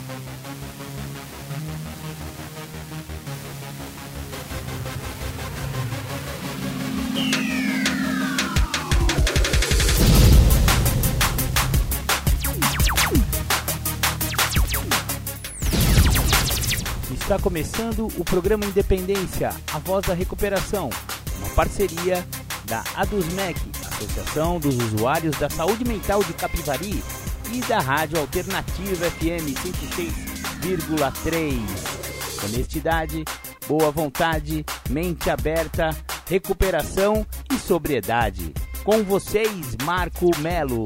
Está começando o programa Independência, a voz da recuperação, uma parceria da ADUSMEC, Associação dos Usuários da Saúde Mental de Capivari, e da Rádio Alternativa FM 106,3. Honestidade, boa vontade, mente aberta, recuperação e sobriedade. Com vocês, Marco Melo.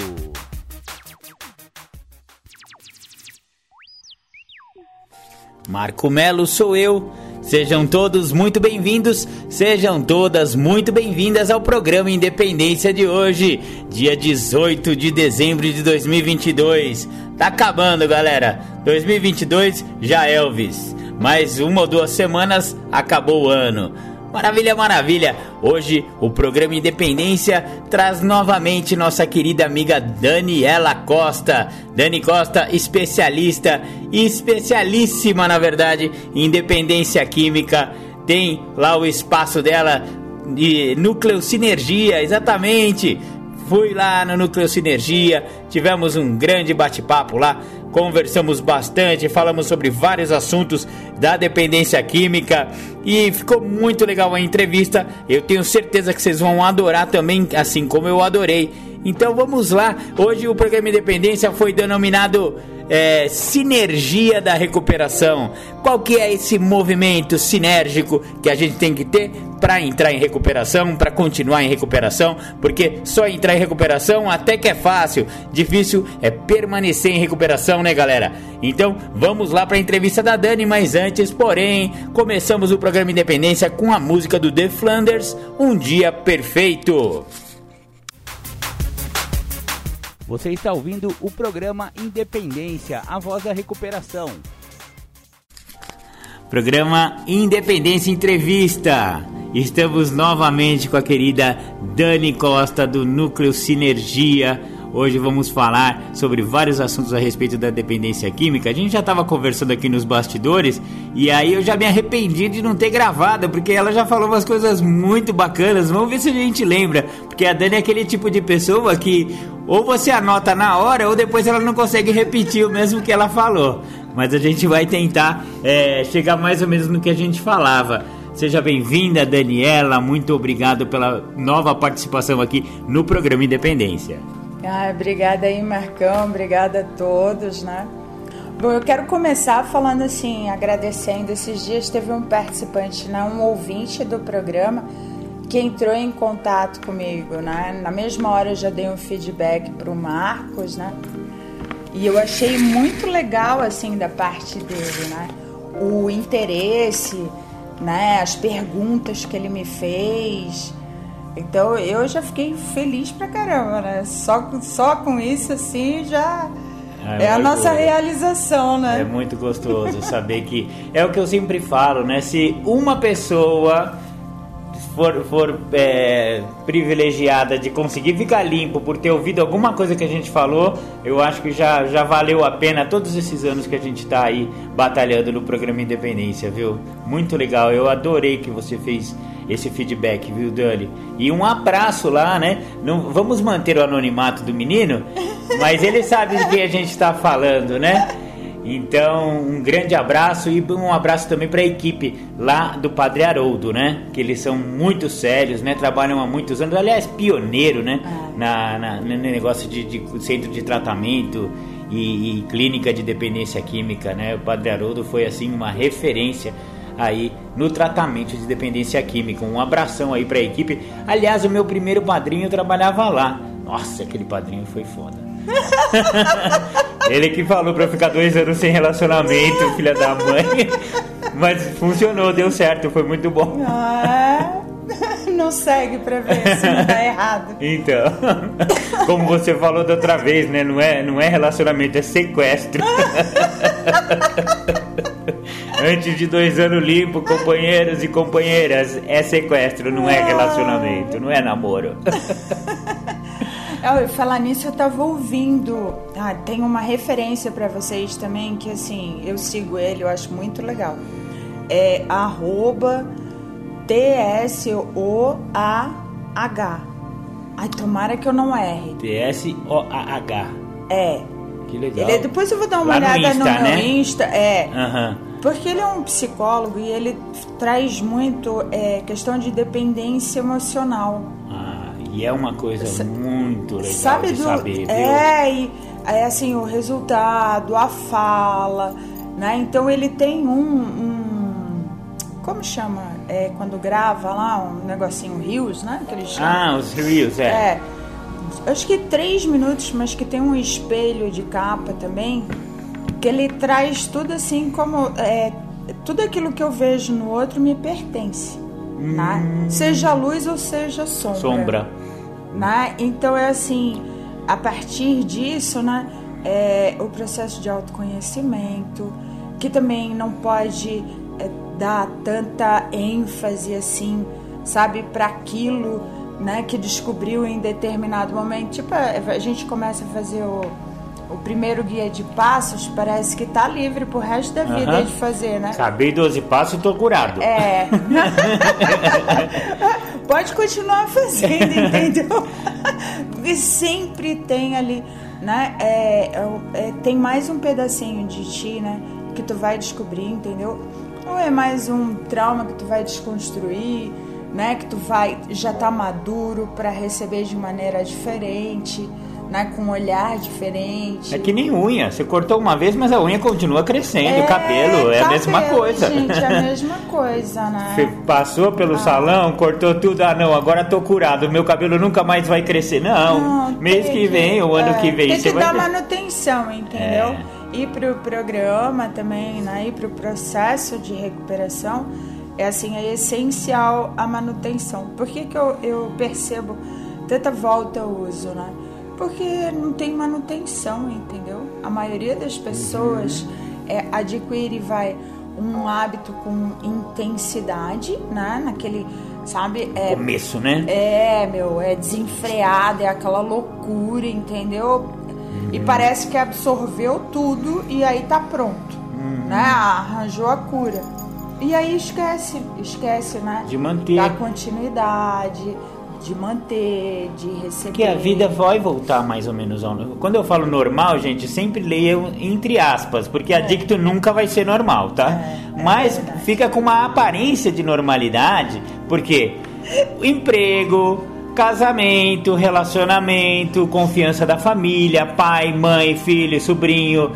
Marco Melo sou eu. Sejam todos muito bem-vindos, sejam todas muito bem-vindas ao programa Independência de hoje, dia 18 de dezembro de 2022. Tá acabando, galera. 2022 já Elvis. Mais uma ou duas semanas acabou o ano. Maravilha, maravilha! Hoje o programa Independência traz novamente nossa querida amiga Daniela Costa. Dani Costa, especialista e especialíssima, na verdade, em independência química. Tem lá o espaço dela de Núcleo Sinergia, exatamente. Fui lá no Núcleo Sinergia, tivemos um grande bate-papo lá, conversamos bastante, falamos sobre vários assuntos da dependência química e ficou muito legal a entrevista. Eu tenho certeza que vocês vão adorar também, assim como eu adorei. Então vamos lá, hoje o programa Independência foi denominado Sinergia da Recuperação. Qual que é esse movimento sinérgico que a gente tem que ter para entrar em recuperação, para continuar em recuperação? Porque só entrar em recuperação até que é fácil, difícil é permanecer em recuperação, né, galera? Então vamos lá para a entrevista da Dani, mas antes, porém, começamos o programa Independência com a música do The Flanders, Um Dia Perfeito. Você está ouvindo o programa Independência, a voz da recuperação. Programa Independência Entrevista. Estamos novamente com a querida Dani Costa do Núcleo Sinergia. Hoje vamos falar sobre vários assuntos a respeito da dependência química. A gente já estava conversando aqui nos bastidores e aí eu já me arrependi de não ter gravado, porque ela já falou umas coisas muito bacanas. Vamos ver se a gente lembra, porque a Dani é aquele tipo de pessoa que ou você anota na hora ou depois ela não consegue repetir o mesmo que ela falou. Mas a gente vai tentar chegar mais ou menos no que a gente falava. Seja bem-vinda, Daniela. Muito obrigado pela nova participação aqui no programa Independência. Obrigada aí, Marcão, obrigada a todos, né? Bom, eu quero começar falando assim, agradecendo. Esses dias teve um participante, né, um ouvinte do programa que entrou em contato comigo, né? Na mesma hora eu já dei um feedback para o Marcos, né? E eu achei muito legal, assim, da parte dele, né? O interesse, né? As perguntas que ele me fez. Então eu já fiquei feliz pra caramba, né? Só com isso, assim, já é a nossa realização, né? É muito gostoso saber que... É o que eu sempre falo, né? Se uma pessoa for privilegiada de conseguir ficar limpo por ter ouvido alguma coisa que a gente falou, eu acho que já valeu a pena todos esses anos que a gente tá aí batalhando no programa Independência, viu? Muito legal, eu adorei que você fez esse feedback, viu, Dani? E um abraço lá, né? Não, vamos manter o anonimato do menino, mas ele sabe de quem a gente está falando, né? Então, um grande abraço e um abraço também para a equipe lá do Padre Haroldo, né? Que eles são muito sérios, né? Trabalham há muitos anos, aliás, pioneiro, né? No negócio de centro de tratamento e clínica de dependência química, né? O Padre Haroldo foi, assim, uma referência aí no tratamento de dependência química. Um abração aí para a equipe. Aliás, o meu primeiro padrinho trabalhava lá. Nossa, aquele padrinho foi foda. Ele que falou pra eu ficar 2 anos sem relacionamento, filha da mãe. Mas funcionou, deu certo, foi muito bom. Não segue pra ver se não dá errado. Então, como você falou da outra vez, né? Não é relacionamento, é sequestro. Antes de 2 anos limpo, companheiros e companheiras, é sequestro, não é relacionamento, não é namoro. Falar nisso, eu tava ouvindo. Tem uma referência para vocês também, que assim, eu sigo ele, eu acho muito legal. É @TSOAH. Ai, tomara que eu não erre. TSOAH. Que legal. Depois eu vou dar uma olhada no meu Insta. Uhum. Porque ele é um psicólogo e ele traz muito questão de dependência emocional. E é uma coisa muito legal de saber, viu? E assim, o resultado, a fala, né? Então ele tem como chama? Quando grava lá, um negocinho, Reels, né? Que eles chamam. Os Reels, acho que 3 minutos, mas que tem um espelho de capa também, que ele traz tudo assim como... tudo aquilo que eu vejo no outro me pertence, né? Seja luz ou seja sombra. Né? Então é assim, a partir disso, né, o processo de autoconhecimento, que também não pode dar tanta ênfase assim, sabe, para aquilo, né, que descobriu em determinado momento. Tipo, a gente começa a fazer o primeiro guia de passos, parece que tá livre pro resto da vida de fazer, né? Acabei 12 passos e tô curado. Pode continuar fazendo, entendeu? Porque sempre tem ali, né? Tem mais um pedacinho de ti, né? Que tu vai descobrir, entendeu? Ou é mais um trauma que tu vai desconstruir, né? Que tu já tá maduro para receber de maneira diferente, né, com um olhar diferente. É que nem unha, você cortou uma vez, mas a unha continua crescendo, o cabelo é a mesma coisa. Gente, é a mesma coisa, né? Você passou pelo salão, cortou tudo, não, agora tô curado, meu cabelo nunca mais vai crescer. Não, mês que vem, o ano que vem, tem você que vai dar manutenção, entendeu? E pro programa também, né, e pro processo de recuperação, assim, é essencial a manutenção. Por que eu percebo tanta volta ao uso, né? Porque não tem manutenção, entendeu? A maioria das pessoas adquire um hábito com intensidade, né? Naquele, sabe? Começo, né? É desenfreado, é aquela loucura, entendeu? E parece que absorveu tudo e aí tá pronto, né? Arranjou a cura. E aí esquece, né? De manter. Da continuidade, de manter, de receber. Que a vida vai voltar mais ou menos ao... Quando eu falo normal, gente, sempre leio entre aspas, porque adicto nunca vai ser normal, tá? Mas verdade. Fica com uma aparência de normalidade, porque emprego, casamento, relacionamento, confiança da família, pai, mãe, filho, sobrinho,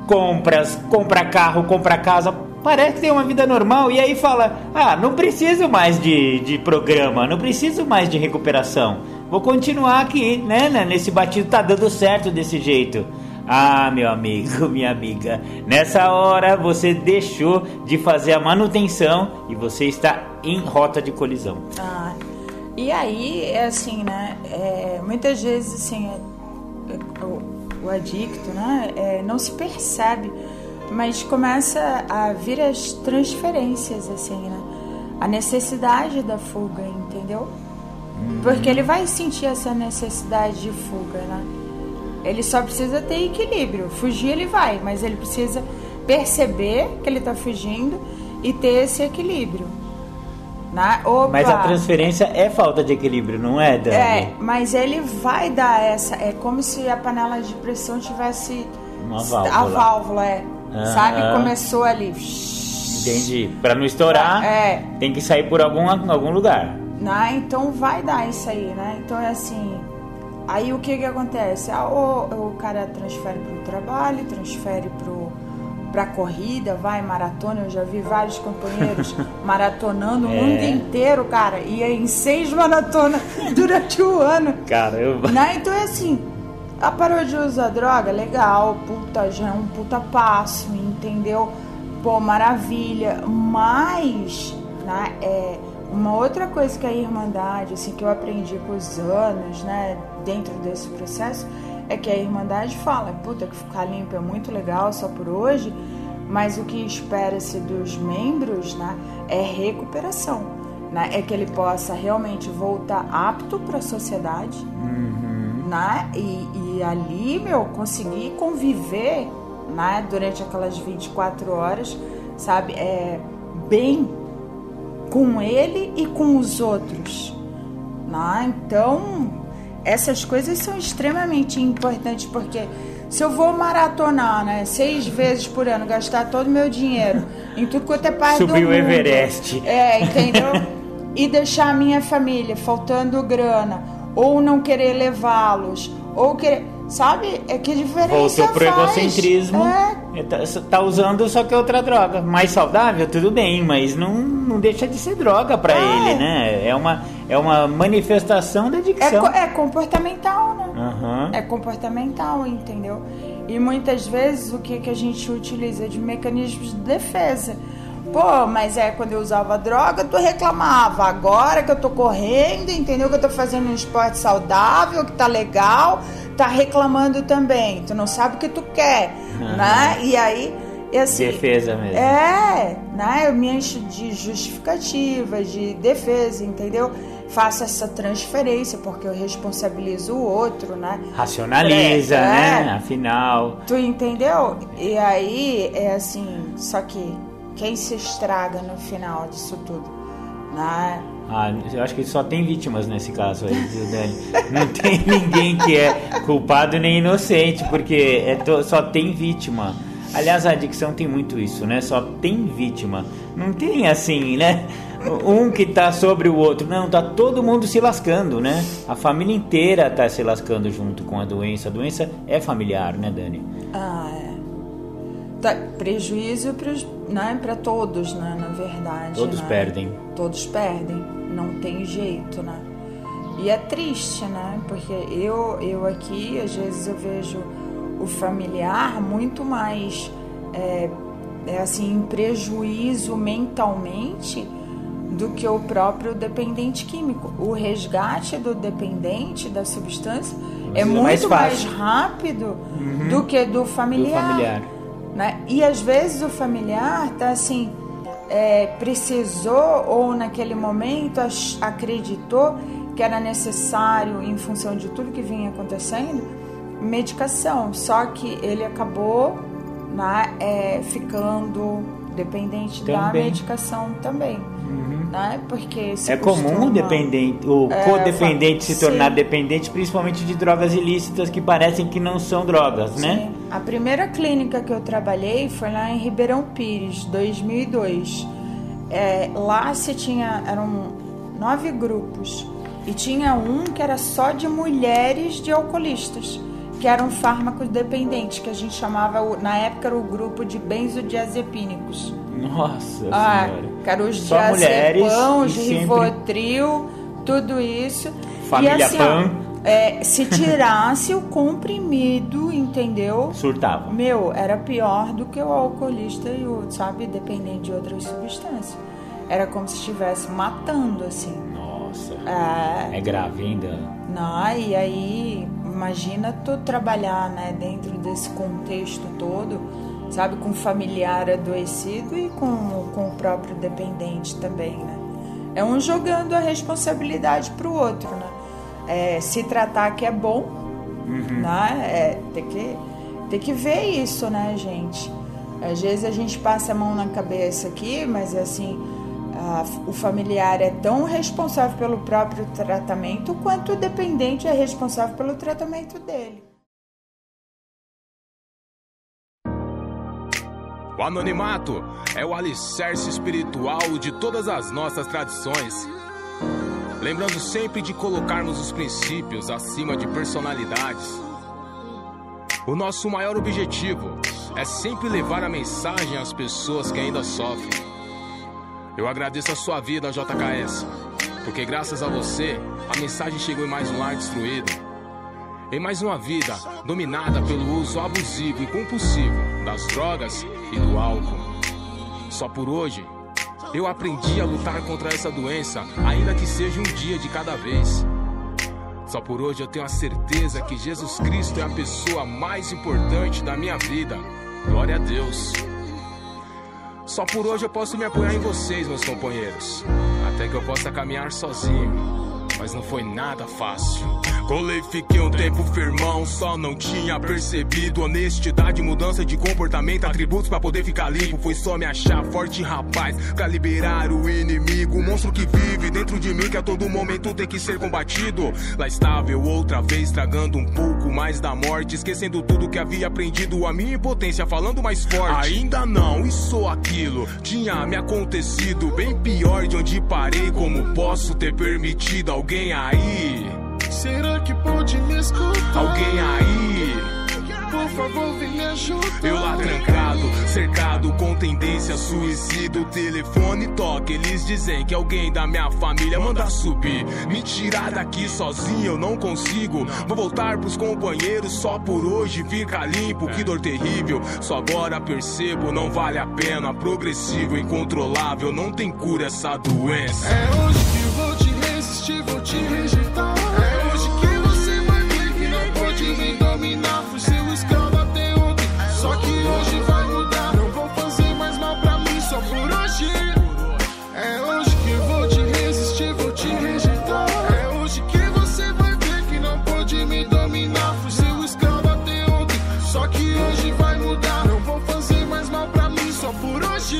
compra carro, compra casa... Parece que tem uma vida normal e aí fala, não preciso mais de programa, não preciso mais de recuperação, vou continuar aqui, né, nesse batido, tá dando certo desse jeito. Meu amigo, minha amiga, nessa hora você deixou de fazer a manutenção e você está em rota de colisão. E aí, é assim, né, muitas vezes, assim, o adicto, né, não se percebe, mas começa a vir as transferências, assim, né? A necessidade da fuga, entendeu? Porque ele vai sentir essa necessidade de fuga, né? Ele só precisa ter equilíbrio. Fugir ele vai, mas ele precisa perceber que ele tá fugindo e ter esse equilíbrio, né? Mas a transferência é falta de equilíbrio, não é, Dani? Mas ele vai dar essa... É como se a panela de pressão tivesse... Uma válvula. A válvula, sabe? Começou ali. Entendi. Para não estourar, tem que sair por algum lugar. Então vai dar isso aí, né? Então é assim. Aí o que acontece? O cara transfere pro trabalho, transfere pra corrida, vai maratona. Eu já vi vários companheiros maratonando o mundo inteiro, cara. E em 6 maratonas durante o ano. Caramba. Então é assim. Parou de usar droga? Legal, já é um puta passo, entendeu? Pô, maravilha. Mas, né, uma outra coisa que a Irmandade, assim, que eu aprendi com os anos, né, dentro desse processo, é que a Irmandade fala, puta, que ficar limpo é muito legal só por hoje, mas o que espera-se dos membros, né, é recuperação, né, é que ele possa realmente voltar apto para a sociedade, né? E ali, consegui conviver, né? Durante aquelas 24 horas, sabe? Bem com ele e com os outros, né? Então, essas coisas são extremamente importantes, porque se eu vou maratonar, né, 6 vezes por ano, gastar todo o meu dinheiro em tudo quanto é parte do mundo... Subir o Everest. Entendeu? E deixar a minha família faltando grana, ou não querer levá-los, ou querer... Sabe? Que diferença Voltou pro faz? Egocentrismo. Tá usando só que é outra droga. Mais saudável, tudo bem, mas não deixa de ser droga pra ele, né? É uma manifestação da adicção. É comportamental, né? Uhum. É comportamental, entendeu? E muitas vezes o que a gente utiliza de mecanismos de defesa. Pô, mas quando eu usava droga, tu reclamava. Agora que eu tô correndo, entendeu? Que eu tô fazendo um esporte saudável, que tá legal, tá reclamando também. Tu não sabe o que tu quer, né? E aí, assim... Defesa mesmo. Né? Eu me encho de justificativa, de defesa, entendeu? Faço essa transferência, porque eu responsabilizo o outro, né? Racionaliza, né? Afinal... Tu entendeu? E aí, assim, só que... Quem se estraga no final disso tudo, né? Eu acho que só tem vítimas nesse caso aí, viu, Dani? Não tem ninguém que é culpado nem inocente, porque só tem vítima. Aliás, a adicção tem muito isso, né? Só tem vítima. Não tem assim, né? Um que tá sobre o outro. Não, tá todo mundo se lascando, né? A família inteira tá se lascando junto com a doença. A doença é familiar, né, Dani? Prejuízo para todos, né, na verdade. Todos perdem. Todos perdem, não tem jeito, né? E é triste, né? Porque eu aqui, às vezes eu vejo o familiar muito mais, assim, em prejuízo mentalmente do que o próprio dependente químico. O resgate do dependente da substância é muito mais rápido do que do familiar. Né? E às vezes o familiar tá assim, precisou ou naquele momento acreditou que era necessário, em função de tudo que vinha acontecendo, medicação, só que ele acabou, né, ficando dependente da medicação também. Né? Porque comum o codependente se tornar dependente, principalmente de drogas ilícitas que parecem que não são drogas, sim, né? A primeira clínica que eu trabalhei foi lá em Ribeirão Pires, 2002. Lá eram 9 grupos e tinha um que era só de mulheres de alcoolistas, que eram fármacos dependentes, que a gente chamava, na época era o grupo de benzodiazepínicos. Nossa Senhora. Que eram os diazepam, os Rivotril, tudo isso. Família e assim, Pan. Se tirasse o comprimido, entendeu? Surtava. Era pior do que o alcoolista e o, dependente de outras substâncias. Era como se estivesse matando, assim. Nossa. É grave ainda. Não, e aí, imagina tu trabalhar, né, dentro desse contexto todo, sabe, com o familiar adoecido e com o próprio dependente também, né? É um jogando a responsabilidade pro outro, né? Se tratar que é bom, né? Tem que ver isso, né, gente? Às vezes a gente passa a mão na cabeça aqui, mas assim, o familiar é tão responsável pelo próprio tratamento quanto o dependente é responsável pelo tratamento dele. O anonimato é o alicerce espiritual de todas as nossas tradições. Lembrando sempre de colocarmos os princípios acima de personalidades. O nosso maior objetivo é sempre levar a mensagem às pessoas que ainda sofrem. Eu agradeço a sua vida, JKS, porque graças a você, a mensagem chegou em mais um lar destruído. Em mais uma vida dominada pelo uso abusivo e compulsivo das drogas e do álcool. Só por hoje, eu aprendi a lutar contra essa doença, ainda que seja um dia de cada vez. Só por hoje eu tenho a certeza que Jesus Cristo é a pessoa mais importante da minha vida. Glória a Deus. Só por hoje eu posso me apoiar em vocês, meus companheiros, até que eu possa caminhar sozinho. mas não foi nada fácil. Colei, fiquei um tempo firmão, só não tinha percebido honestidade, mudança de comportamento, atributos pra poder ficar limpo. Foi só me achar forte, rapaz, pra liberar o inimigo, o monstro que vive dentro de mim, que a todo momento tem que ser combatido. Lá estava eu outra vez, tragando um pouco mais da morte, esquecendo tudo que havia aprendido, a minha impotência falando mais forte. Ainda não, isso ou aquilo tinha me acontecido, bem pior de onde parei. Como posso ter permitido alguém aí? Será que pode me escutar? Alguém aí? Por favor, vem me ajudar. Eu lá trancado, cercado, com tendência suicida. O telefone toca, eles dizem que alguém da minha família manda subir. Me tirar daqui sozinho eu não consigo. Vou voltar pros companheiros, só por hoje fica limpo. Que dor terrível, só agora percebo, não vale a pena. Progressivo, incontrolável, não tem cura essa doença. É hoje que vou te resistir, vou te rejeitar. É hoje que você vai ver que não pode me dominar. Fui seu escravo até ontem, só que hoje vai mudar. Não vou fazer mais mal pra mim só por hoje. É hoje que vou te resistir, vou te rejeitar. É hoje que você vai ver que não pode me dominar. Fui seu escravo até ontem, só que hoje vai mudar. Não vou fazer mais mal pra mim só por hoje.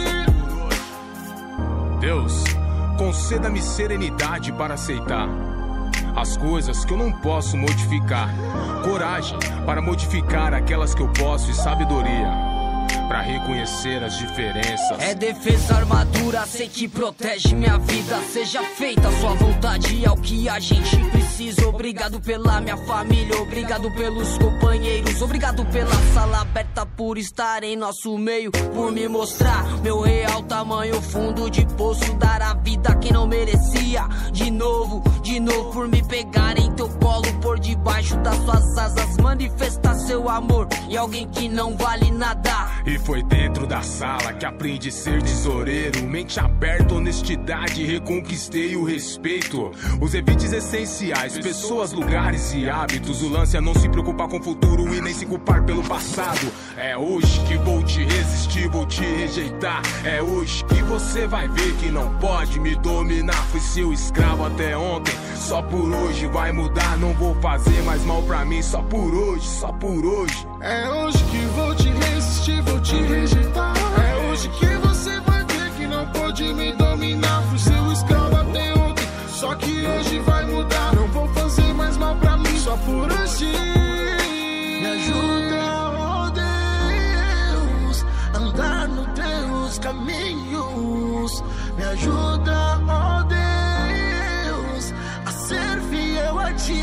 Deus, conceda-me serenidade para aceitar as coisas que eu não posso modificar, coragem para modificar aquelas que eu posso e sabedoria pra reconhecer as diferenças. É defesa, armadura, sei que protege minha vida. Seja feita a sua vontade, é o que a gente precisa. Obrigado pela minha família, obrigado pelos companheiros, obrigado pela sala aberta, por estar em nosso meio, por me mostrar meu real tamanho, fundo de poço, dar a vida a quem não merecia. De novo, por me pegar em teu colo, por debaixo das suas asas, manifestar seu amor em alguém que não vale nada. E foi dentro da sala que aprendi a ser tesoureiro. Mente aberta, honestidade, reconquistei o respeito. Os evites essenciais, pessoas, lugares e hábitos. O lance é não se preocupar com o futuro e nem se culpar pelo passado. É hoje que vou te resistir, vou te rejeitar. É hoje que você vai ver que não pode me dominar. Fui seu escravo até ontem, só por hoje vai mudar. Não vou fazer mais mal pra mim, só por hoje, só por hoje. É hoje que vou te resistir, vou te rejeitar. É hoje que você vai ver que não pode me dominar. Fui seu escravo até ontem, só que hoje vai mudar. Não vou fazer mais mal pra mim, só por hoje. Me ajuda, ó Deus, a andar nos teus caminhos. Me ajuda, ó Deus, a ser fiel a ti.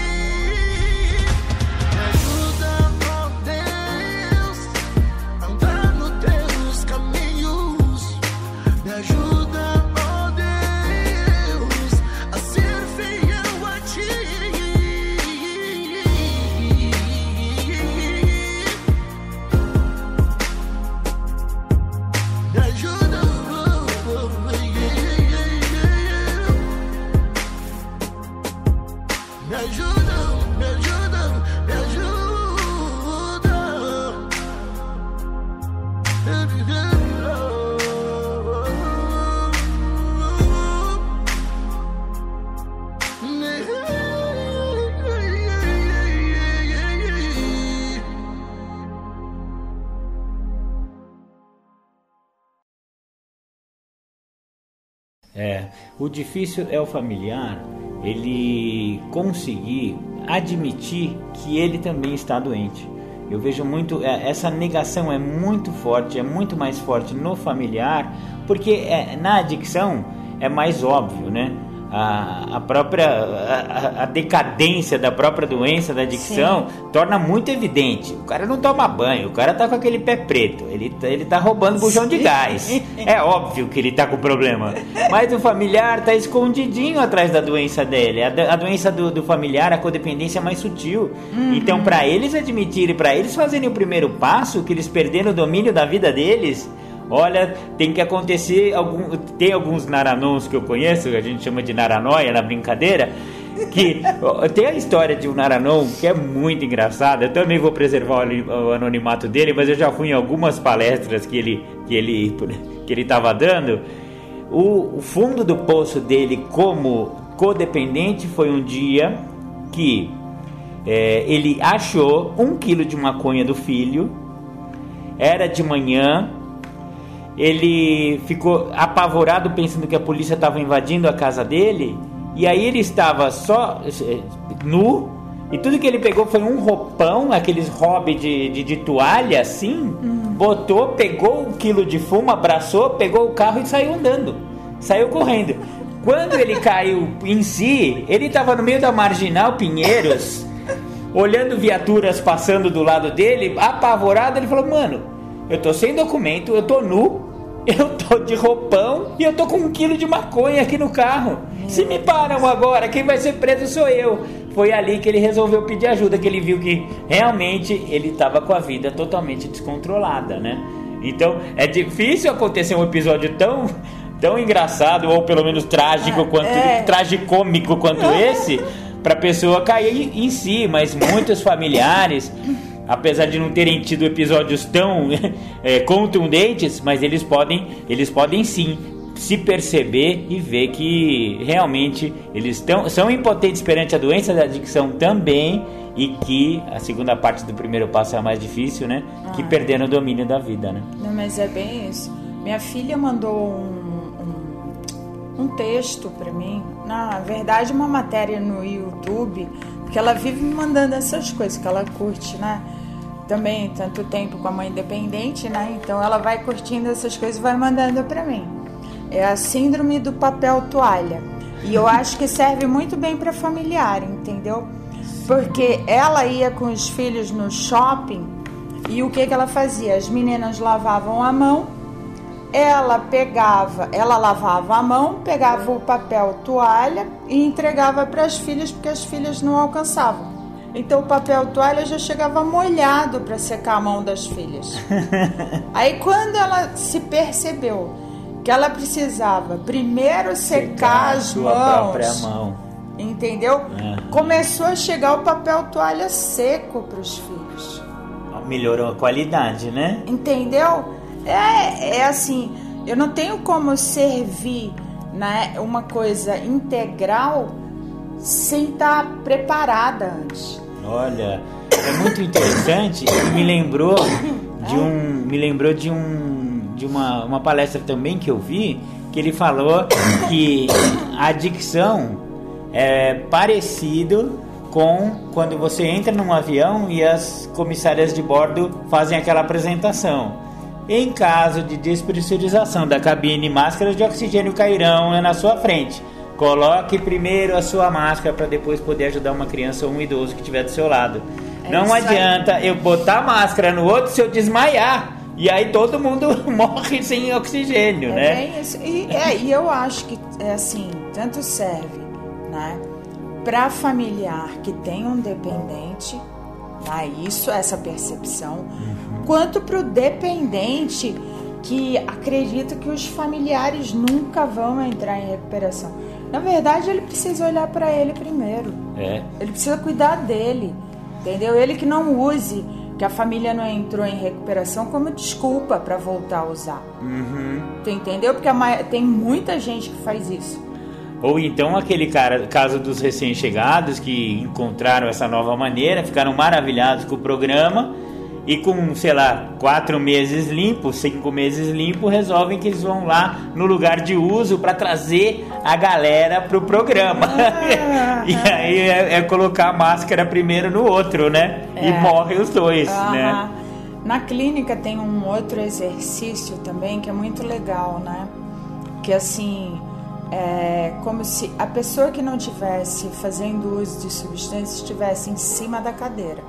O difícil é o familiar, ele conseguir admitir que ele também está doente. Eu vejo muito, essa negação é muito forte, é muito mais forte no familiar, porque na adicção é mais óbvio, né? A própria decadência da própria doença da adicção torna muito evidente. O cara não toma banho, o cara tá com aquele pé preto, ele tá roubando bujão de gás. É óbvio que ele tá com problema. Mas o familiar tá escondidinho atrás da doença dele. A doença do familiar, a codependência é mais sutil. Então, para eles admitirem, para eles fazerem o primeiro passo, que eles perderam o domínio da vida deles, olha, tem que acontecer tem alguns naranons que eu conheço, que a gente chama de naranoia na brincadeira, que tem a história de um naranon que é muito engraçada. Eu também vou preservar o anonimato dele, mas eu já fui em algumas palestras que ele estava dando. O fundo do poço dele como codependente foi um dia que ele achou 1 quilo de maconha do filho, era de manhã, ele ficou apavorado pensando que a polícia estava invadindo a casa dele, e aí ele estava só nu, e tudo que ele pegou foi um roupão, aqueles hobby de toalha assim, botou, pegou 1 quilo de fumo, abraçou, pegou o carro e saiu andando, saiu correndo. Quando ele caiu em si, ele estava no meio da Marginal Pinheiros, olhando viaturas passando do lado dele, apavorado. Ele falou: mano, eu tô sem documento, eu tô nu, eu tô de roupão e eu tô com 1 quilo de maconha aqui no carro. Se me param agora, quem vai ser preso sou eu. Foi ali que ele resolveu pedir ajuda, que ele viu que realmente ele estava com a vida totalmente descontrolada, né? Então é difícil acontecer um episódio tão engraçado, ou pelo menos trágico tragicômico quanto esse, para a pessoa cair em si. Mas muitos familiares, apesar de não terem tido episódios tão contundentes, mas eles podem sim se perceber e ver que realmente eles são impotentes perante a doença da adicção também, e que a segunda parte do primeiro passo é a mais difícil, né? Que perderam o domínio da vida, né? Não, mas é bem isso. Minha filha mandou um texto para mim, na verdade uma matéria no YouTube, porque ela vive me mandando essas coisas que ela curte, né? Também tanto tempo com a mãe independente, né? Então ela vai curtindo essas coisas e vai mandando para mim. É a síndrome do papel toalha. E eu acho que serve muito bem para familiar, entendeu? Porque ela ia com os filhos no shopping e o que ela fazia? As meninas lavavam a mão, ela lavava a mão, pegava o papel toalha e entregava para as filhas, porque as filhas não alcançavam. Então o papel toalha já chegava molhado para secar a mão das filhas. Aí quando ela se percebeu que ela precisava primeiro secar as mãos, própria mão, entendeu? Começou a chegar o papel toalha seco para os filhos. Melhorou a qualidade, né? Entendeu? É assim, eu não tenho como servir, né, uma coisa integral sem estar preparada antes. Olha, é muito interessante. Me lembrou de uma palestra também que eu vi, que ele falou que a adicção é parecido com quando você entra num avião e as comissárias de bordo fazem aquela apresentação. Em caso de despressurização da cabine, máscaras de oxigênio cairão na sua frente. Coloque primeiro a sua máscara para depois poder ajudar uma criança ou um idoso que estiver do seu lado. Não adianta eu botar a máscara no outro se eu desmaiar. E aí todo mundo morre sem oxigênio, né? Bem isso. E eu acho que assim, tanto serve, né, para familiar que tem um dependente, né, essa percepção, quanto para o dependente que acredita que os familiares nunca vão entrar em recuperação. Na verdade, ele precisa olhar para ele primeiro. Ele precisa cuidar dele, entendeu? Ele que não use que a família não entrou em recuperação como desculpa para voltar a usar. Tu entendeu? Porque tem muita gente que faz isso. Ou então aquele caso dos recém-chegados que encontraram essa nova maneira, ficaram maravilhados com o programa e com, sei lá, 4 meses limpo, 5 meses limpo, resolvem que eles vão lá no lugar de uso para trazer a galera pro programa. E aí é colocar a máscara primeiro no outro, né? E morrem os dois, né? Na clínica tem um outro exercício também que é muito legal, né? Que assim, é como se a pessoa que não estivesse fazendo uso de substâncias estivesse em cima da cadeira.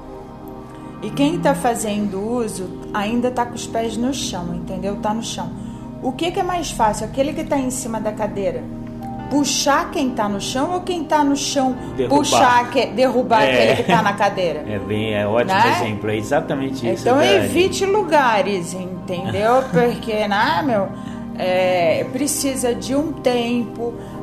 E quem está fazendo uso ainda está com os pés no chão, entendeu? Está no chão. O que é mais fácil? Aquele que está em cima da cadeira puxar quem está no chão, ou quem está no chão derrubar aquele que está na cadeira? É ótimo, né? Exemplo, é exatamente isso. Então evite lugares, entendeu? Porque, precisa de um tempo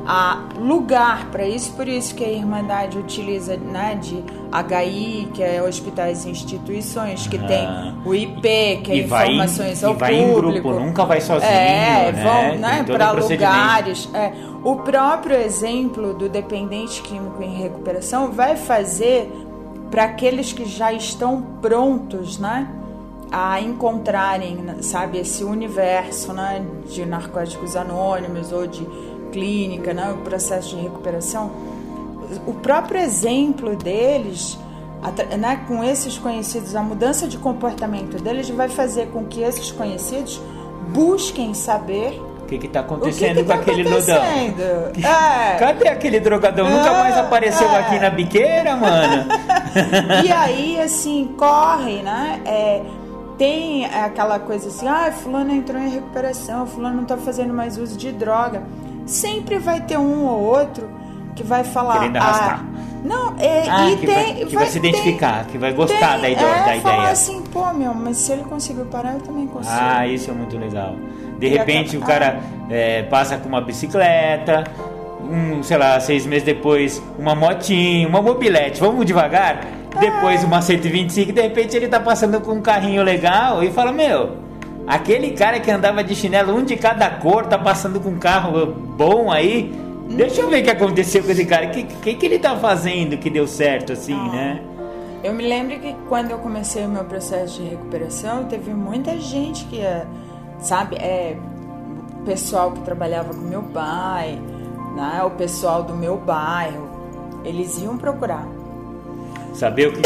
lugar para isso, por isso que a Irmandade utiliza, né, de HI, que é Hospitais e Instituições, que tem o IP, que é Informações ao Público. Vai em grupo, nunca vai sozinho, vão, né, para lugares. O próprio exemplo do dependente químico em recuperação vai fazer para aqueles que já estão prontos, né, a encontrarem, sabe, esse universo, né, de narcóticos anônimos ou de clínica, né, o processo de recuperação. O próprio exemplo deles, né, com esses conhecidos, a mudança de comportamento deles vai fazer com que esses conhecidos busquem saber o que está acontecendo com aquele lodão. É. Cadê aquele drogadão? Nunca mais apareceu aqui na biqueira, mano. E aí, assim, corre, né? Tem aquela coisa assim, fulano entrou em recuperação, fulano não está fazendo mais uso de droga. Sempre vai ter um ou outro que vai falar... Querendo arrastar. Não, que vai se identificar, que vai gostar da ideia. Falar assim, mas se ele conseguiu parar, eu também consigo. Isso é muito legal. De repente o cara passa com uma bicicleta, sei lá, 6 meses depois, uma motinha, uma mobilete, vamos devagar? Depois uma 125, de repente ele tá passando com um carrinho legal e fala, aquele cara que andava de chinelo, um de cada cor, tá passando com um carro bom aí, deixa eu ver o que aconteceu com esse cara, o que ele tá fazendo que deu certo assim, né? Eu me lembro que quando eu comecei o meu processo de recuperação, teve muita gente que sabe, o pessoal que trabalhava com meu pai, né, o pessoal do meu bairro, eles iam procurar saber o que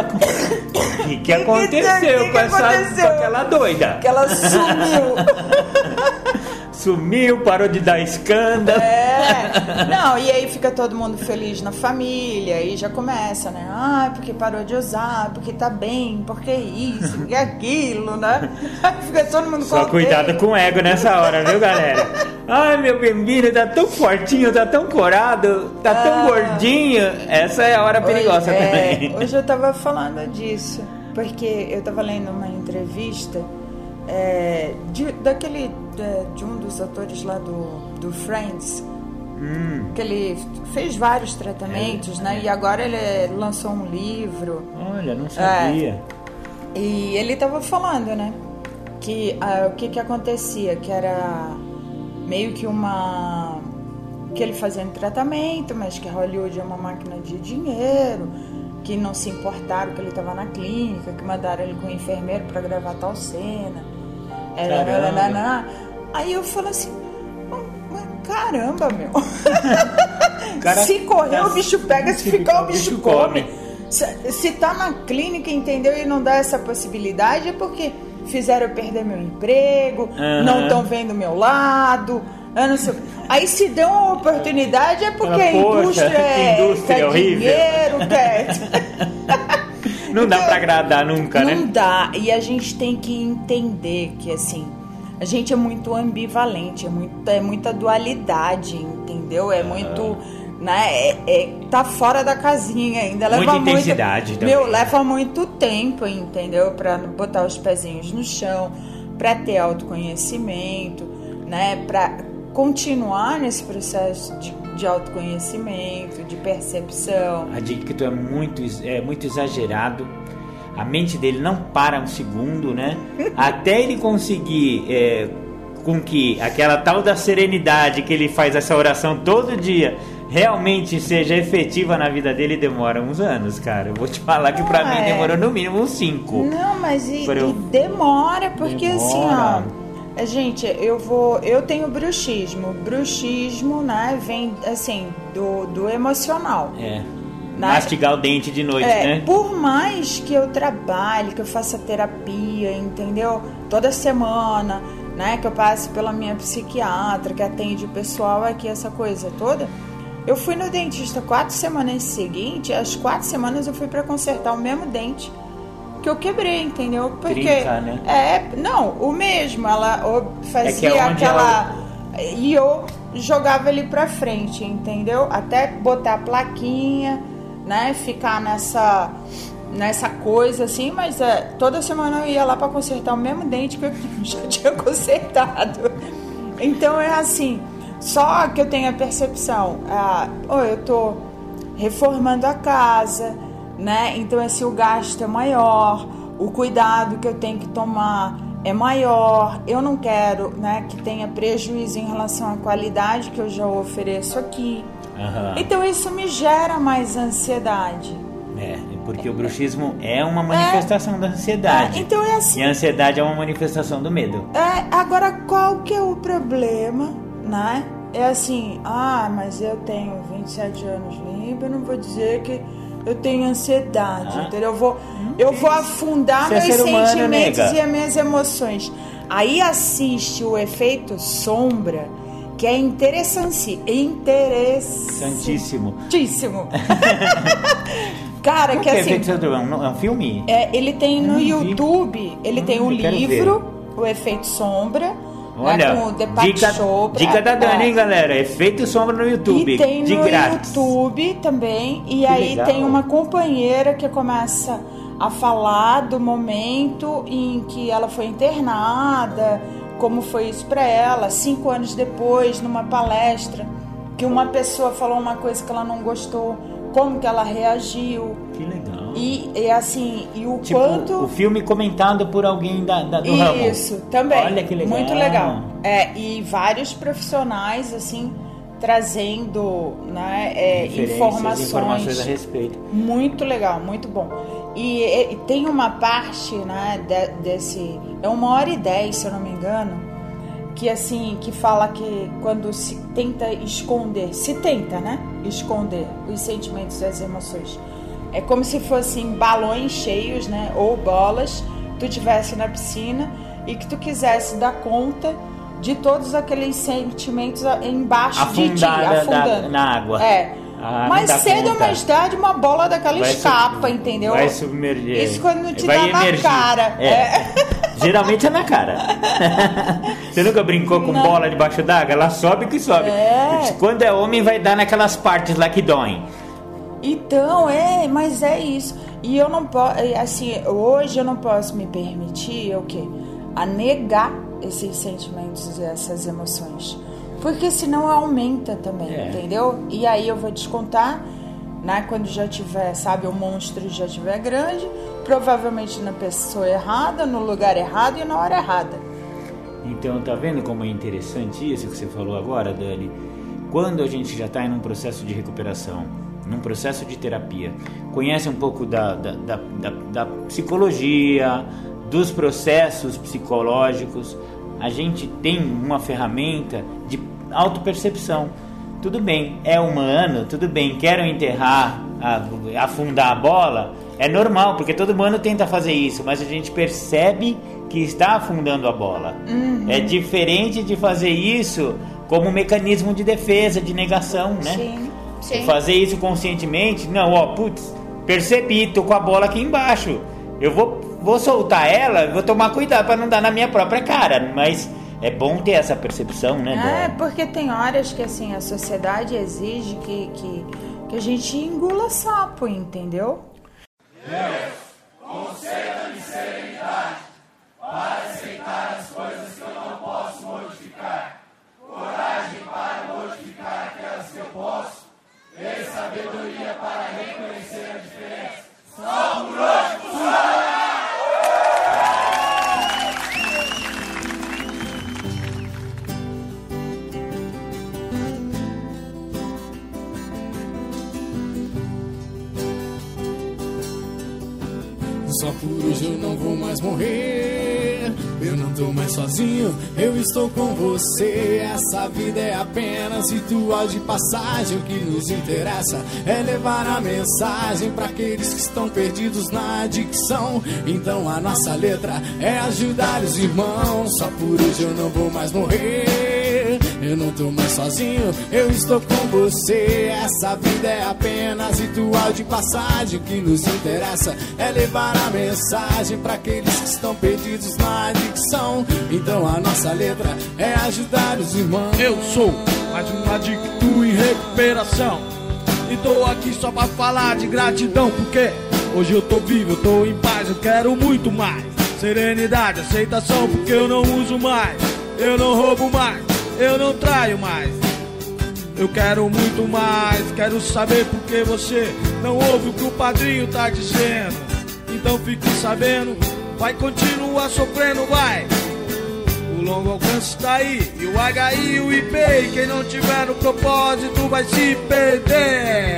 aconteceu com aquela doida. Que ela sumiu. Sumiu, parou de dar escândalo. Não, e aí fica todo mundo feliz na família, e já começa, né? Porque parou de usar, porque tá bem, porque isso, porque aquilo, né? Aí fica todo mundo Só cuidado com o ego nessa hora, viu, galera? Meu bambino, tá tão fortinho, tá tão corado, tá tão gordinho. Essa é a hora perigosa também. Hoje eu tava falando disso, porque eu tava lendo uma entrevista de um dos atores lá do Friends, que ele fez vários tratamentos, né? E agora ele lançou um livro. Olha, não sabia. E ele tava falando, né? Que o que acontecia, que era meio que que ele fazia um tratamento, mas que Hollywood é uma máquina de dinheiro, que não se importaram que ele estava na clínica, que mandaram ele com o enfermeiro para gravar tal cena. Aí eu falo assim, caramba, meu. Se correr o bicho pega, se ficar o bicho come. Se tá na clínica, entendeu, e não dá essa possibilidade, é porque fizeram eu perder meu emprego, não estão vendo meu lado, eu não sei. Aí se dão uma oportunidade é porque a indústria quer horrível. Dinheiro, quer... Não dá pra agradar nunca, né? Não dá, e a gente tem que entender que, assim, a gente é muito ambivalente, é muita dualidade, entendeu? É muito, né, tá fora da casinha ainda. Muita intensidade também. Leva muito tempo, entendeu? Pra botar os pezinhos no chão, pra ter autoconhecimento, né? Pra continuar nesse processo de autoconhecimento, de percepção. A dica que tu é muito exagerado. A mente dele não para um segundo, né? Até ele conseguir com que aquela tal da serenidade que ele faz essa oração todo dia realmente seja efetiva na vida dele, demora uns anos, cara. Eu vou te falar que pra mim demorou no mínimo uns 5. Não, mas demora, porque assim, ó... Gente, eu tenho bruxismo. Bruxismo, né, vem, assim, do emocional. Mastigar o dente de noite, né? Por mais que eu trabalhe, que eu faça terapia, entendeu? Toda semana, né, que eu passe pela minha psiquiatra, que atende o pessoal aqui, essa coisa toda. Eu fui no dentista 4 semanas seguintes, as 4 semanas eu fui pra consertar o mesmo dente que eu quebrei, entendeu? Porque Trinca, né? Não, o mesmo, ela fazia aquela e eu jogava ele pra frente, entendeu? Até botar a plaquinha, né? Ficar nessa coisa assim, mas toda semana eu ia lá pra consertar o mesmo dente que eu já tinha consertado. Então é assim, Só que eu tenho a percepção, eu tô reformando a casa, né? Então assim, o gasto é maior, o cuidado que eu tenho que tomar é maior, eu não quero, né, que tenha prejuízo em relação à qualidade que eu já ofereço aqui. Então isso me gera mais ansiedade. Porque o bruxismo é uma manifestação da ansiedade. Então é assim. E a ansiedade é uma manifestação do medo. Agora qual que é o problema, né? É assim, mas eu tenho 27 anos limpo, eu não vou dizer que eu tenho ansiedade, entendeu? Eu vou afundar meus sentimentos e as minhas emoções. Aí assiste o efeito sombra, que é interessantíssimo. Cara, que assim... É um filme? Ele tem no YouTube, ele tem o livro, o Efeito Sombra, olha, com o Deepak Chopra. Dica da Dani, hein, galera? Efeito Sombra no YouTube, e tem de no grátis. YouTube também, e que aí legal. tem uma companheira que começa a falar do momento em que ela foi internada, como foi isso pra ela, 5 anos depois, numa palestra, que uma pessoa falou uma coisa que ela não gostou, como que ela reagiu. Que legal. E assim, e o tipo, quanto... o filme comentado por alguém do ramo. Isso, também. Olha que legal. Muito legal. E vários profissionais, assim, trazendo, né, informações a respeito. Muito legal, muito bom. E tem uma parte, né, desse... É 1h10, se eu não me engano, que assim, que fala que quando se tenta esconder, né, esconder os sentimentos e as emoções, é como se fossem balões cheios, né, ou bolas, tu estivesse na piscina e que tu quisesse dar conta de todos aqueles sentimentos embaixo de ti, afundando na água. Mais cedo ou mais tarde uma bola daquela escapa, entendeu? Vai submergir. Isso quando não te dá na cara. Geralmente é na cara. Você nunca brincou com bola debaixo d'água? Ela sobe que sobe. Quando é homem vai dar naquelas partes lá que doem. Então, mas é isso. E eu não posso, assim, hoje eu não posso me permitir a negar esses sentimentos e essas emoções. Porque senão aumenta também, entendeu? E aí eu vou descontar, né, quando já tiver, sabe, o monstro já tiver grande, provavelmente na pessoa errada, no lugar errado e na hora errada. Então, tá vendo como é interessante isso que você falou agora, Dani? Quando a gente já está em um processo de recuperação, num processo de terapia, conhece um pouco da psicologia, dos processos psicológicos, a gente tem uma ferramenta de autopercepção. Tudo bem, é humano, tudo bem, quero enterrar, afundar a bola, é normal, porque todo humano tenta fazer isso, mas a gente percebe que está afundando a bola. É diferente de fazer isso como um mecanismo de defesa, de negação, né? Sim. Fazer isso conscientemente, não, percebi, tô com a bola aqui embaixo, eu vou soltar ela, vou tomar cuidado para não dar na minha própria cara, mas é bom ter essa percepção, né? Porque tem horas que assim a sociedade exige que a gente engula sapo, entendeu? Deus, conceda-me serenidade para aceitar as coisas que eu não posso modificar, coragem para modificar aquelas que eu posso, e sabedoria para reconhecer a diferença. Só por hoje funcionará! Só por hoje eu não vou mais morrer. Eu não tô mais sozinho, eu estou com você. Essa vida é apenas ritual de passagem. O que nos interessa é levar a mensagem para aqueles que estão perdidos na adicção. Então a nossa letra é ajudar os irmãos. Só por hoje eu não vou mais morrer. Eu não tô mais sozinho, eu estou com você. Essa vida é apenas ritual de passagem. O que nos interessa é levar a mensagem para aqueles que estão perdidos na adicção. Então a nossa letra é ajudar os irmãos. Eu sou mais um adicto em recuperação e tô aqui só pra falar de gratidão, porque hoje eu tô vivo, eu tô em paz, eu quero muito mais serenidade, aceitação, porque eu não uso mais, eu não roubo mais, eu não traio mais, Eu quero muito mais, quero saber por que você não ouve o que o padrinho tá dizendo. Então fique sabendo, vai continuar sofrendo, vai. O longo alcance tá aí, e o HI e o IP, e quem não tiver no propósito vai se perder.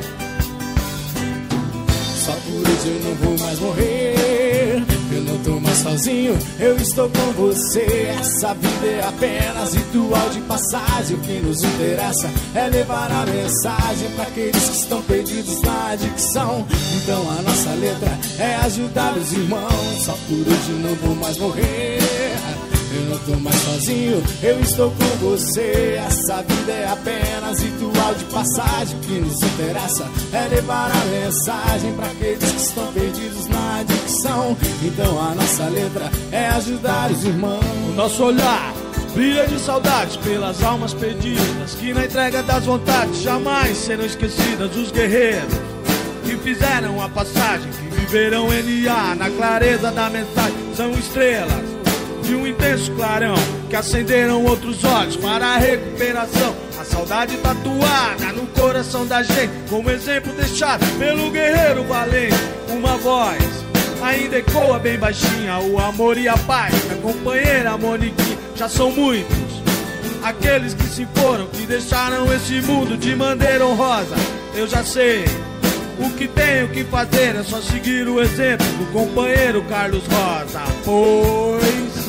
Só por hoje eu não vou mais morrer. Eu não tô mais sozinho, eu estou com você. Essa vida é apenas ritual de passagem. O que nos interessa é levar a mensagem pra aqueles que estão perdidos na adicção. Então a nossa letra é ajudar os irmãos. Só por hoje eu não vou mais morrer. Eu não tô mais sozinho, eu estou com você. Essa vida é apenas ritual de passagem. O que nos interessa é levar a mensagem pra aqueles que estão perdidos na adicção. Então a nossa letra é ajudar os irmãos. O nosso olhar brilha de saudades pelas almas perdidas, que na entrega das vontades jamais serão esquecidas. Os guerreiros que fizeram a passagem, que viverão NA na clareza da mensagem. São estrelas de um intenso clarão, que acenderam outros olhos para a recuperação. A saudade tatuada no coração da gente, como exemplo deixado pelo guerreiro valente. Uma voz ainda ecoa bem baixinha, o amor e a paz da companheira Moniquinha. Já são muitos aqueles que se foram, que deixaram esse mundo de maneira honrosa. Eu já sei o que tenho que fazer, é só seguir o exemplo do companheiro Carlos Rosa. Pois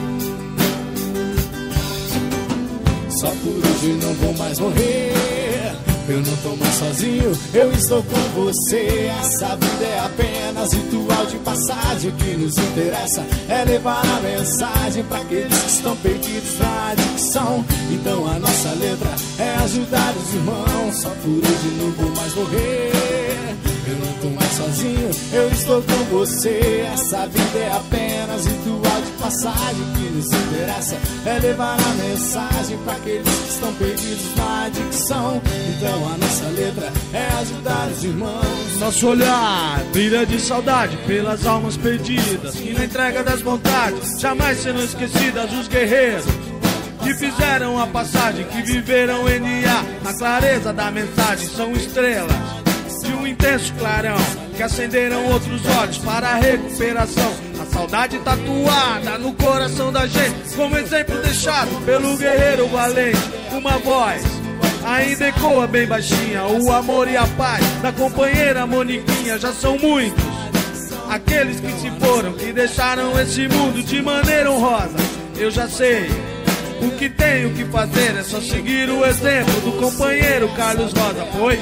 só por hoje eu não vou mais morrer. Eu não tô mais sozinho, eu estou com você. Essa vida é apenas ritual de passagem. O que nos interessa é levar a mensagem pra aqueles que estão perdidos na adicção. Então a nossa letra é ajudar os irmãos. Só por hoje eu não vou mais morrer. Eu não tô mais sozinho, eu estou com você. Essa vida é apenas ritual de passagem. O que nos interessa é levar a mensagem pra aqueles que estão perdidos na adicção. Então a nossa letra é ajudar os irmãos. Nosso olhar brilha de saudade pelas almas perdidas, que na entrega das vontades jamais serão esquecidas. Os guerreiros que fizeram a passagem, que viveram NA na clareza da mensagem. São estrelas de um intenso clarão, que acenderam outros olhos para a recuperação. A saudade tatuada no coração da gente, como exemplo deixado pelo guerreiro valente. Uma voz ainda ecoa bem baixinha, o amor e a paz da companheira Moniquinha. Já são muitos aqueles que se foram, que deixaram esse mundo de maneira honrosa. Eu já sei o que tenho que fazer, é só seguir o exemplo do companheiro Carlos Rosa. Pois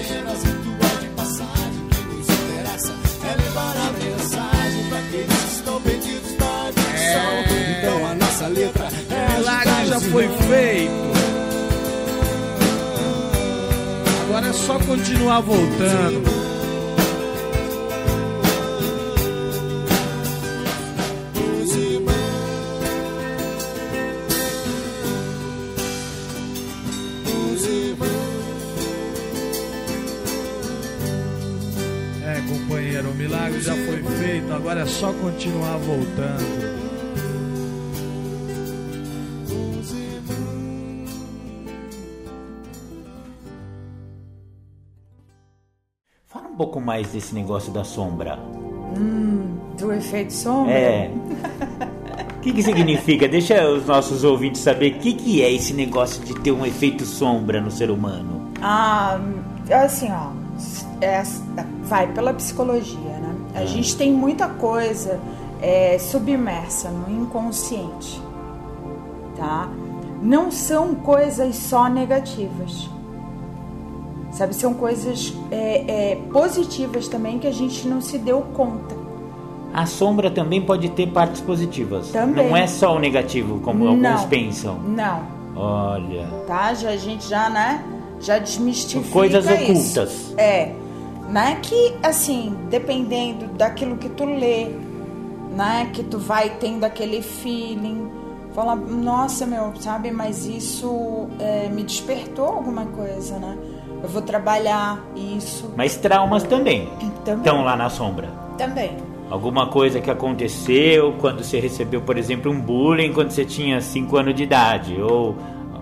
então a nossa letra é milagre já foi feito. Agora é só continuar voltando. É, companheiro, o milagre já foi feito. Agora é só continuar voltando. Fala um pouco mais desse negócio da sombra. Do efeito sombra? É. O que significa? Deixa os nossos ouvintes saber o que é esse negócio de ter um efeito sombra no ser humano. Assim, ó, vai pela psicologia, né? A gente tem muita coisa submersa no inconsciente, tá? Não são coisas só negativas, sabe? São coisas positivas também que a gente não se deu conta. A sombra também pode ter partes positivas. Também. Não é só o negativo, como alguns pensam. Não. Olha. Tá? A gente já desmistifica coisas isso. ocultas. Né? Que, assim, dependendo daquilo que tu lê, né? Que tu vai tendo aquele feeling, fala, nossa, sabe? Mas isso me despertou alguma coisa, né? Eu vou trabalhar isso. Mas traumas também estão lá na sombra. Também. Alguma coisa que aconteceu quando você recebeu, por exemplo, um bullying quando você tinha 5 anos de idade, ou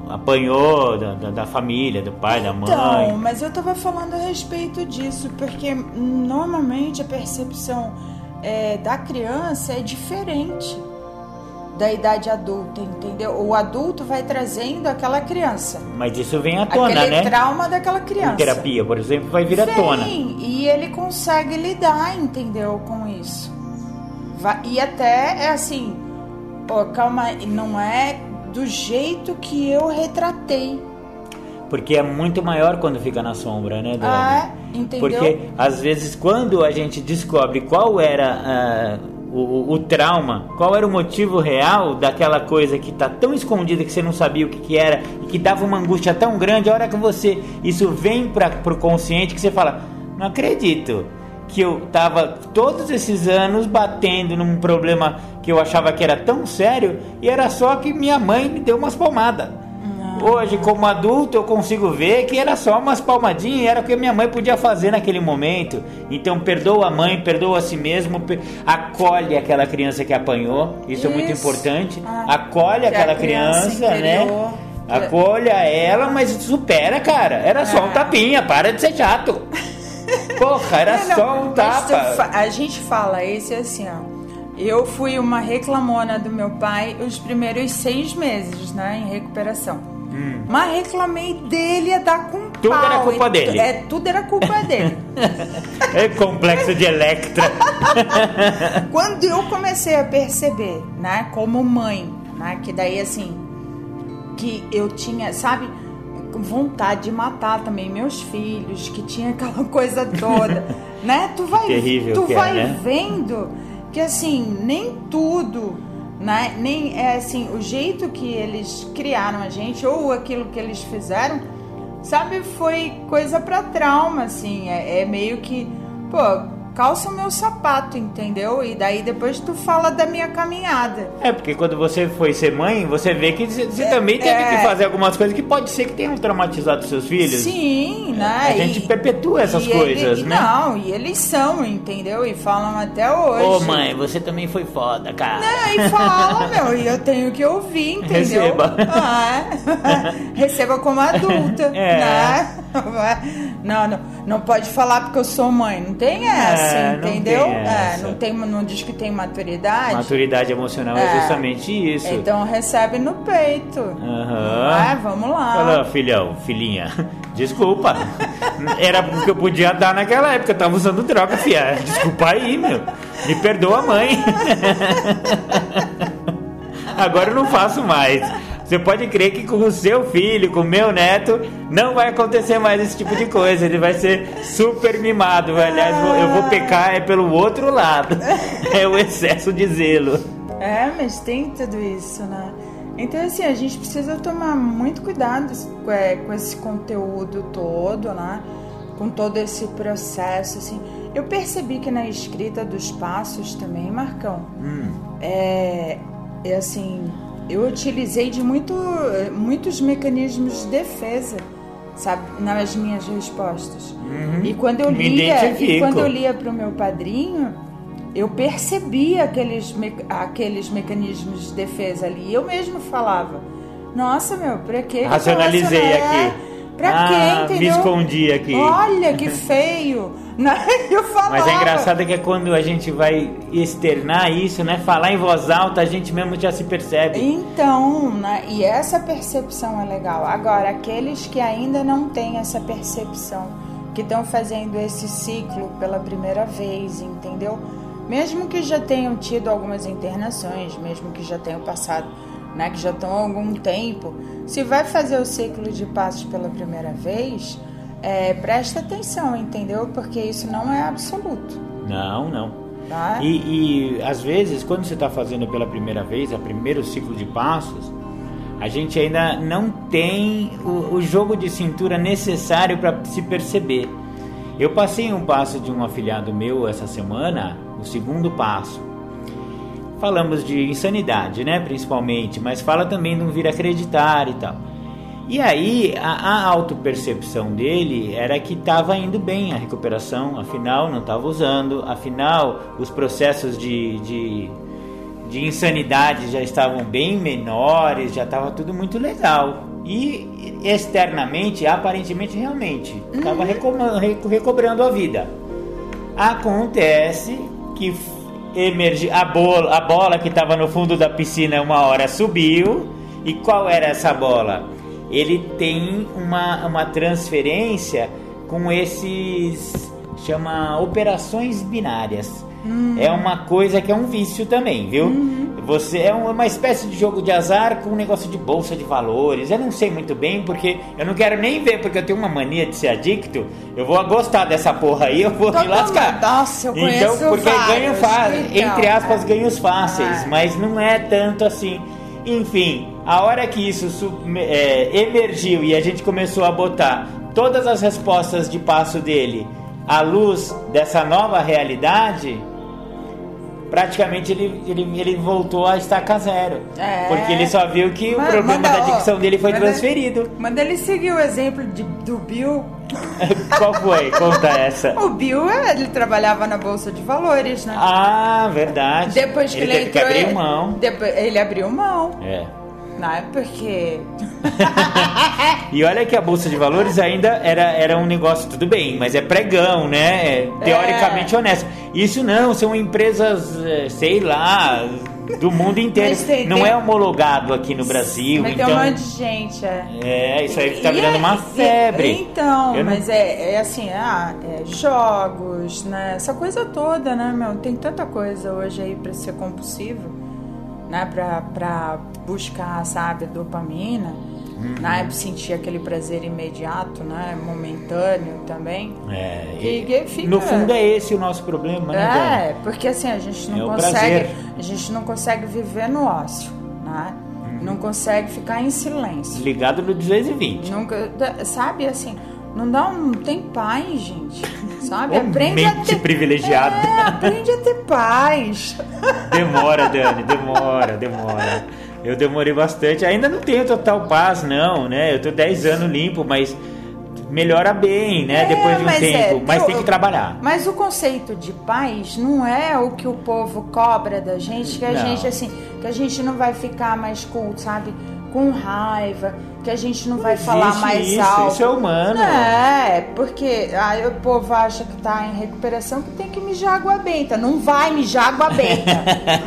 apanhou da família, do pai, da mãe. Então, mas eu tava falando a respeito disso, porque normalmente a percepção da criança é diferente da idade adulta, entendeu? O adulto vai trazendo aquela criança. Mas isso vem à tona, aquele né? trauma daquela criança. Em terapia, por exemplo, vai vir à tona. Sim, e ele consegue lidar, entendeu, com isso. E até é assim, calma, não é do jeito que eu retratei. Porque é muito maior quando fica na sombra, né, Dani? Entendeu? Porque, às vezes, quando a gente descobre qual era o trauma, qual era o motivo real daquela coisa que tá tão escondida que você não sabia o que era e que dava uma angústia tão grande, a hora que isso vem pro consciente, que você fala, não acredito que eu tava todos esses anos batendo num problema que eu achava que era tão sério e era só que minha mãe me deu umas palmadas. Hoje, como adulto, eu consigo ver que era só umas palmadinhas, era o que minha mãe podia fazer naquele momento. Então, perdoa a mãe, perdoa a si mesmo, acolhe aquela criança que apanhou, isso é muito importante. Acolhe aquela criança, né? Acolha ela, mas supera, cara. Era só um tapinha, para de ser chato. Porra, era só um tapa. A gente fala isso assim, ó. Eu fui uma reclamona do meu pai os primeiros 6 meses, né, em recuperação. Mas reclamei dele a dar com tudo pau. Era culpa dele. Tudo era culpa dele. É complexo de Electra. Quando eu comecei a perceber, né, como mãe, né, que daí assim, que eu tinha, sabe, vontade de matar também meus filhos, que tinha aquela coisa toda, né? Tu vai, terrível tu vai né? vendo que assim, nem tudo, né? Nem é assim, o jeito que eles criaram a gente ou aquilo que eles fizeram, sabe, foi coisa pra trauma, assim, é meio que, pô, calça o meu sapato, entendeu? E daí depois tu fala da minha caminhada. Porque quando você foi ser mãe, você vê que você também teve que fazer algumas coisas que pode ser que tenham traumatizado seus filhos. Sim, né? A gente perpetua essas coisas, né? Não, e eles são, entendeu? E falam até hoje. Ô mãe, você também foi foda, cara. Não, e fala, meu, e eu tenho que ouvir, entendeu? Receba. Receba como adulta, né? Não pode falar porque eu sou mãe, não tem essa, entendeu? Não diz que tem maturidade. Maturidade emocional é justamente isso. Então recebe no peito. Vamos lá. Fala, filhão, filhinha, desculpa. Era o que eu podia dar naquela época, eu tava usando droga, fia. Desculpa aí, meu. Me perdoa, mãe. Agora eu não faço mais. Você pode crer que com o seu filho, com o meu neto, não vai acontecer mais esse tipo de coisa. Ele vai ser super mimado. Aliás, eu vou pecar pelo outro lado. É o excesso de zelo. Mas tem tudo isso, né? Então, assim, a gente precisa tomar muito cuidado com esse conteúdo todo, né? Com todo esse processo, assim. Eu percebi que na escrita dos passos também, Marcão, assim... Eu utilizei de muitos mecanismos de defesa, sabe, nas minhas respostas. E quando eu lia para o meu padrinho, eu percebia aqueles mecanismos de defesa ali. Eu mesmo falava, nossa, meu, pra que racionalizei aqui. Pra quê, entendeu? Me escondi aqui. Olha, que feio. Eu falava. Mas é engraçado que é quando a gente vai externar isso, né? Falar em voz alta, a gente mesmo já se percebe. Então, né? E essa percepção é legal. Agora, aqueles que ainda não têm essa percepção, que estão fazendo esse ciclo pela primeira vez, entendeu? Mesmo que já tenham tido algumas internações, mesmo que já tenham passado, né, que já estão há algum tempo, se vai fazer o ciclo de passos pela primeira vez, presta atenção, entendeu? Porque isso não é absoluto. Não. Tá? E às vezes, quando você está fazendo pela primeira vez, o primeiro ciclo de passos, a gente ainda não tem o jogo de cintura necessário para se perceber. Eu passei um passo de um afilhado meu essa semana, o segundo passo. Falamos de insanidade, né, principalmente, mas fala também de não vir acreditar e tal. E aí, a autopercepção dele era que estava indo bem a recuperação, afinal não estava usando, afinal os processos de de insanidade já estavam bem menores, já estava tudo muito legal. E externamente, aparentemente, realmente, estava recobrando a vida. Acontece que a bola que estava no fundo da piscina uma hora subiu. E qual era essa bola? Ele tem uma transferência com esses... chama operações binárias. É uma coisa que é um vício também, viu? Você é uma espécie de jogo de azar com um negócio de bolsa de valores. Eu não sei muito bem, porque eu não quero nem ver, porque eu tenho uma mania de ser adicto. Eu vou gostar dessa porra aí, eu vou me lascar. Nossa, eu conheço então, porque ganho fácil, então, entre aspas, ganhos fáceis, mas não é tanto assim. Enfim, a hora que isso emergiu e a gente começou a botar todas as respostas de passo dele à luz dessa nova realidade, praticamente ele voltou a estaca zero. Porque ele só viu que o problema da adicção dele foi transferido. Manda ele seguir o exemplo do Bill. Qual foi? Conta essa. O Bill, ele trabalhava na Bolsa de Valores, né? Ah, verdade. Depois que ele teve entrou, que abrir mão. Ele abriu mão. Não é porque... E olha que a Bolsa de Valores ainda era um negócio, tudo bem, mas é pregão, né? Teoricamente honesto. Isso não, são empresas, sei lá, do mundo inteiro. Não é homologado aqui no Brasil. Mas então, tem um monte de gente, isso aí tá virando uma febre. Então, mas é assim, jogos, né? Essa coisa toda, né, meu? Tem tanta coisa hoje aí pra ser compulsivo, né? Pra buscar, sabe, dopamina, né? Sentir aquele prazer imediato, né? Momentâneo também. Que fica... No fundo é esse o nosso problema, né? Porque assim, a gente não consegue viver no ócio, né? Não consegue ficar em silêncio. Ligado no 220. Nunca, sabe, assim, não tem paz, gente. Sabe? Aprende a ter privilegiada. Aprende a ter paz. Demora, Dani, demora. Eu demorei bastante. Ainda não tenho total paz, não, né? Eu tô 10 anos limpo, mas melhora bem, né? Depois de um tempo. Mas tem que trabalhar. Mas o conceito de paz não é o que o povo cobra da gente, que a gente, assim, que a gente não vai ficar mais sabe? Com raiva, que a gente não vai falar mais alto. Isso é humano. Porque o povo acha que tá em recuperação, que tem que mijar água benta. Não vai mijar água benta.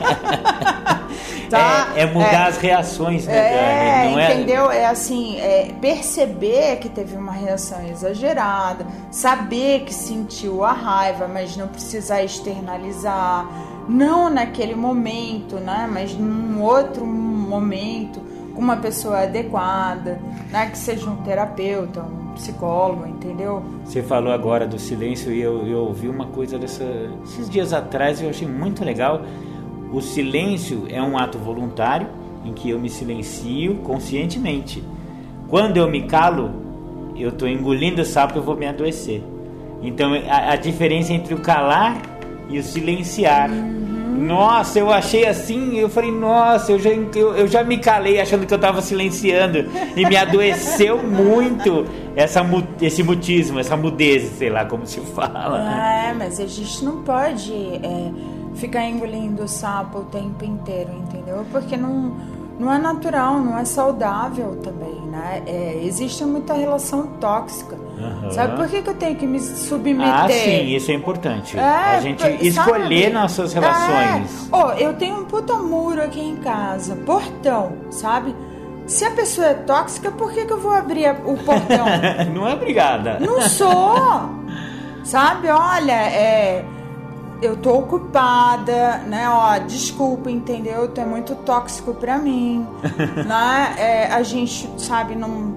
Tá? Mudar as reações, né, Dani? Não entendeu? É assim, perceber que teve uma reação exagerada, saber que sentiu a raiva, mas não precisar externalizar. Não naquele momento, né? Mas num outro momento, com uma pessoa adequada, né? Que seja um terapeuta, um psicólogo, entendeu? Você falou agora do silêncio e eu ouvi uma coisa esses dias atrás, eu achei muito legal. O silêncio é um ato voluntário em que eu me silencio conscientemente. Quando eu me calo, eu estou engolindo sapo e eu vou me adoecer. Então a diferença entre o calar e o silenciar. Nossa, eu achei assim, eu falei, nossa, eu já me calei achando que eu estava silenciando e me adoeceu muito esse mutismo, essa mudez, sei lá como se fala. Mas a gente não pode ficar engolindo o sapo o tempo inteiro, entendeu? Porque não é natural, não é saudável também, né? Existe muita relação tóxica. Sabe por que eu tenho que me submeter? Sim, isso é importante. A gente escolher nossas relações. Eu tenho um puta muro aqui em casa, portão, sabe? Se a pessoa é tóxica, por que eu vou abrir o portão? Não é obrigada. Não sou. Sabe, olha, eu tô ocupada, né? Desculpa, entendeu? Tu é muito tóxico pra mim, né? A gente, sabe,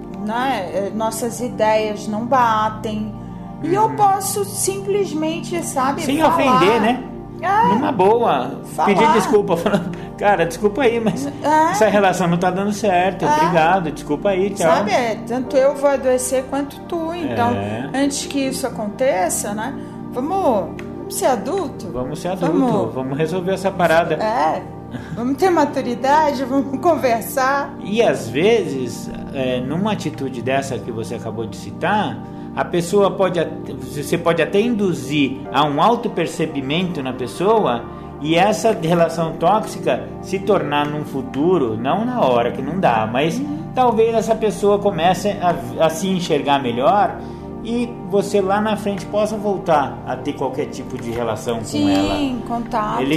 nossas ideias não batem. E eu posso simplesmente, sabe, sem falar, ofender, né? Numa boa, pedir desculpa, falando, cara, desculpa aí, mas essa relação não tá dando certo, obrigado, desculpa aí, tchau. Sabe, tanto eu vou adoecer quanto tu, então, antes que isso aconteça, né, vamos ser adulto? Vamos ser adulto, vamos resolver essa parada. Vamos ter maturidade, vamos conversar. E às vezes, numa atitude dessa que você acabou de citar, a pessoa você pode até induzir a um autopercebimento na pessoa E essa relação tóxica se tornar num futuro, não na hora que não dá, mas talvez essa pessoa comece a se enxergar melhor e você lá na frente possa voltar a ter qualquer tipo de relação com ela. Sim, contato. Ele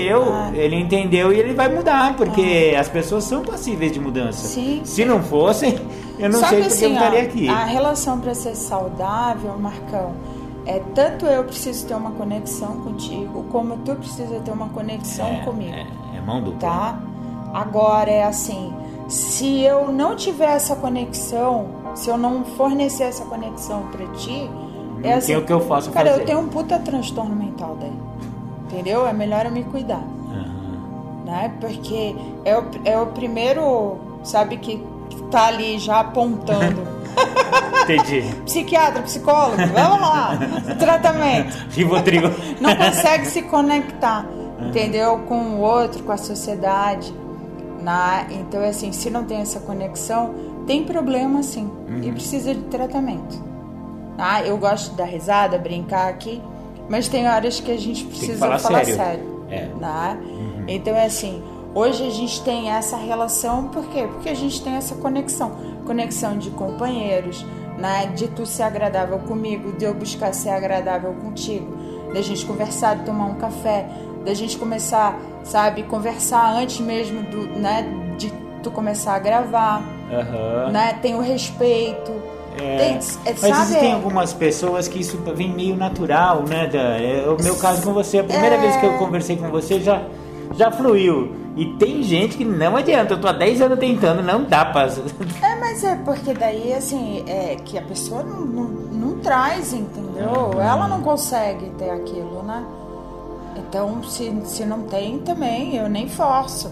entendeu e ele vai mudar, porque as pessoas são passíveis de mudança. Sim. Se não fossem, eu não Só sei que, porque eu estaria aqui. A relação para ser saudável, Marcão, tanto eu preciso ter uma conexão contigo, como tu precisa ter uma conexão comigo. É mão dupla. Tá? Agora é assim, se eu não tiver essa conexão, se eu não fornecer essa conexão pra ti, assim, tem o que eu faço cara, fazer. eu tenho um puta transtorno mental daí. Entendeu? É melhor eu me cuidar. Né? Porque é o primeiro, sabe, que tá ali já apontando. Entendi. Psiquiatra, psicólogo, vamos lá, tratamento. Rivotril. Não consegue se conectar, entendeu? Com o outro, com a sociedade. Então, assim, se não tem essa conexão, tem problema, sim. E precisa de tratamento. Eu gosto de dar risada, brincar aqui, mas tem horas que a gente precisa falar sério. Então, é assim, hoje a gente tem essa relação, por quê? Porque a gente tem essa conexão de companheiros, de tu ser agradável comigo, de eu buscar ser agradável contigo, da gente conversar, de tomar um café, da gente começar, sabe, conversar antes mesmo de tu começar a gravar, tem o respeito. Mas existem algumas pessoas que isso vem meio natural, né? O meu caso com você, a primeira vez que eu conversei com você já fluiu. E tem gente que não adianta, eu tô há 10 anos tentando, não dá pra... Mas é porque daí, assim, que a pessoa não traz, entendeu? Ela não consegue ter aquilo, né? Então, se não tem, também, eu nem forço.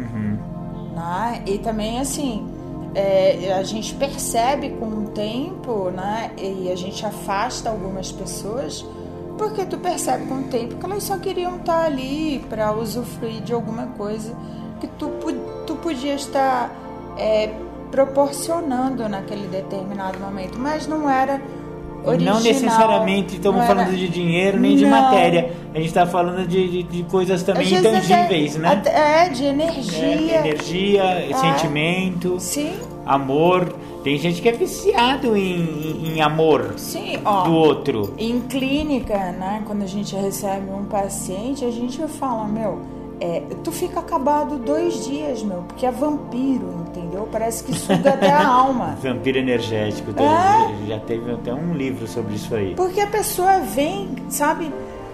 Né? E também, assim, a gente percebe com o tempo, né? E a gente afasta algumas pessoas... Porque tu percebe com o tempo que elas só queriam estar ali para usufruir de alguma coisa que tu podia estar proporcionando naquele determinado momento, mas não era original. Não necessariamente estamos falando de dinheiro nem de matéria. A gente está falando de coisas também intangíveis, né? De energia. Energia, sentimento, amor. Tem gente que é viciado em amor do outro. Em clínica, né, quando a gente recebe um paciente, a gente fala, tu fica acabado 2 dias, porque é vampiro, entendeu? Parece que suga até a alma. Vampiro energético. Já teve até um livro sobre isso aí. Porque a pessoa vem, sabe?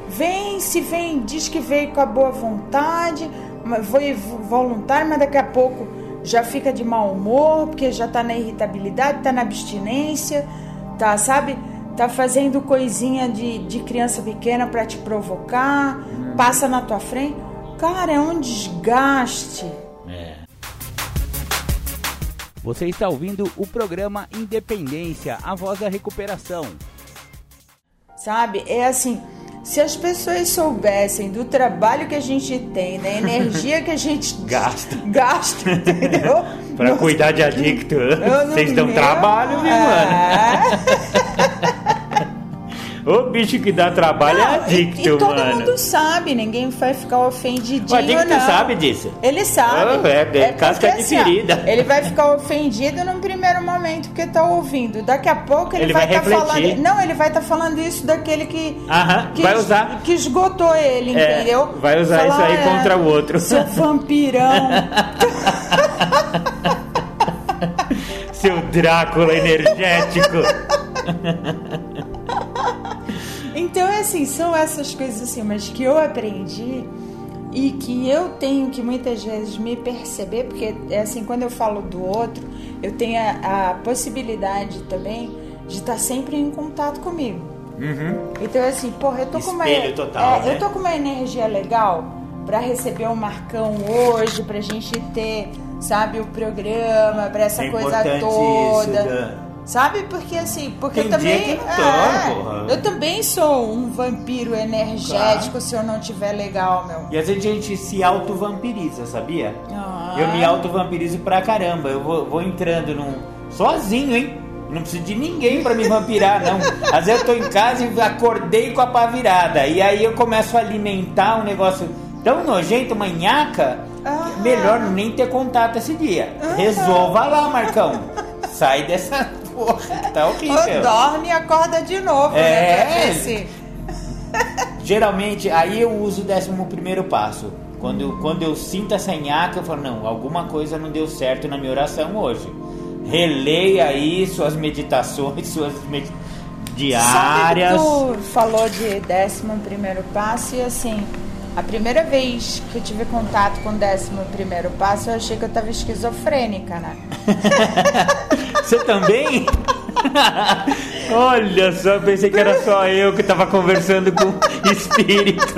Diz que veio com a boa vontade, foi voluntário, mas daqui a pouco já fica de mau humor, porque já tá na irritabilidade, tá na abstinência, tá fazendo coisinha de criança pequena para te provocar, passa na tua frente. Cara, é um desgaste. Você está ouvindo o programa Independência, a voz da recuperação. Sabe, é assim... Se as pessoas soubessem do trabalho que a gente tem, da energia que a gente gasta, entendeu? Pra cuidar de adicto, vocês dão trabalho, viu, mano? O bicho que dá trabalho é adicto, e todo mano. mundo sabe, ninguém vai ficar ofendidinho, o adicto não. sabe disso. Ele sabe. Casca de ferida. Ele vai ficar ofendido num primeiro momento porque tá ouvindo. Daqui a pouco ele vai estar falando... Não, ele vai estar falando isso daquele que vai usar. Que esgotou ele, entendeu? Vai usar isso aí contra o outro. Seu vampirão. Seu Drácula energético. Então, assim, são essas coisas assim, mas que eu aprendi e que eu tenho que muitas vezes me perceber, porque é assim, quando eu falo do outro, eu tenho a possibilidade também de estar sempre em contato comigo. Então, assim, eu tô eu tô com uma energia legal pra receber o Marcão hoje, pra gente ter, sabe, o programa, pra essa coisa toda. Sabe? Porque assim, tem também porra. eu também sou um vampiro energético se eu não tiver legal, E às vezes a gente se auto-vampiriza, sabia? Eu me auto-vampirizo pra caramba. Eu vou entrando sozinho, hein? Não preciso de ninguém pra me vampirar, não. Às vezes eu tô em casa e acordei com a pá virada. E aí eu começo a alimentar um negócio tão nojento, uma nhaca, melhor nem ter contato esse dia. Resolva lá, Marcão. Sai dessa porra, que tá horrível. Ou dorme e acorda de novo, né? Pra ver se... Geralmente, aí eu uso o 11º passo. Quando eu sinto essa nhaca, eu falo, não, alguma coisa não deu certo na minha oração hoje. Releia aí suas meditações, diárias. Sabe que tu falou de 11º passo e assim, a primeira vez que eu tive contato com o 11º passo, eu achei que eu tava esquizofrênica, né? Você também? Olha só, pensei que era só eu que tava conversando com o espírito.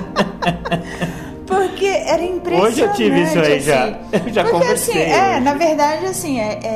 Porque era impressionante. Hoje eu tive isso aí, assim, eu já conversei. Assim, na verdade, assim,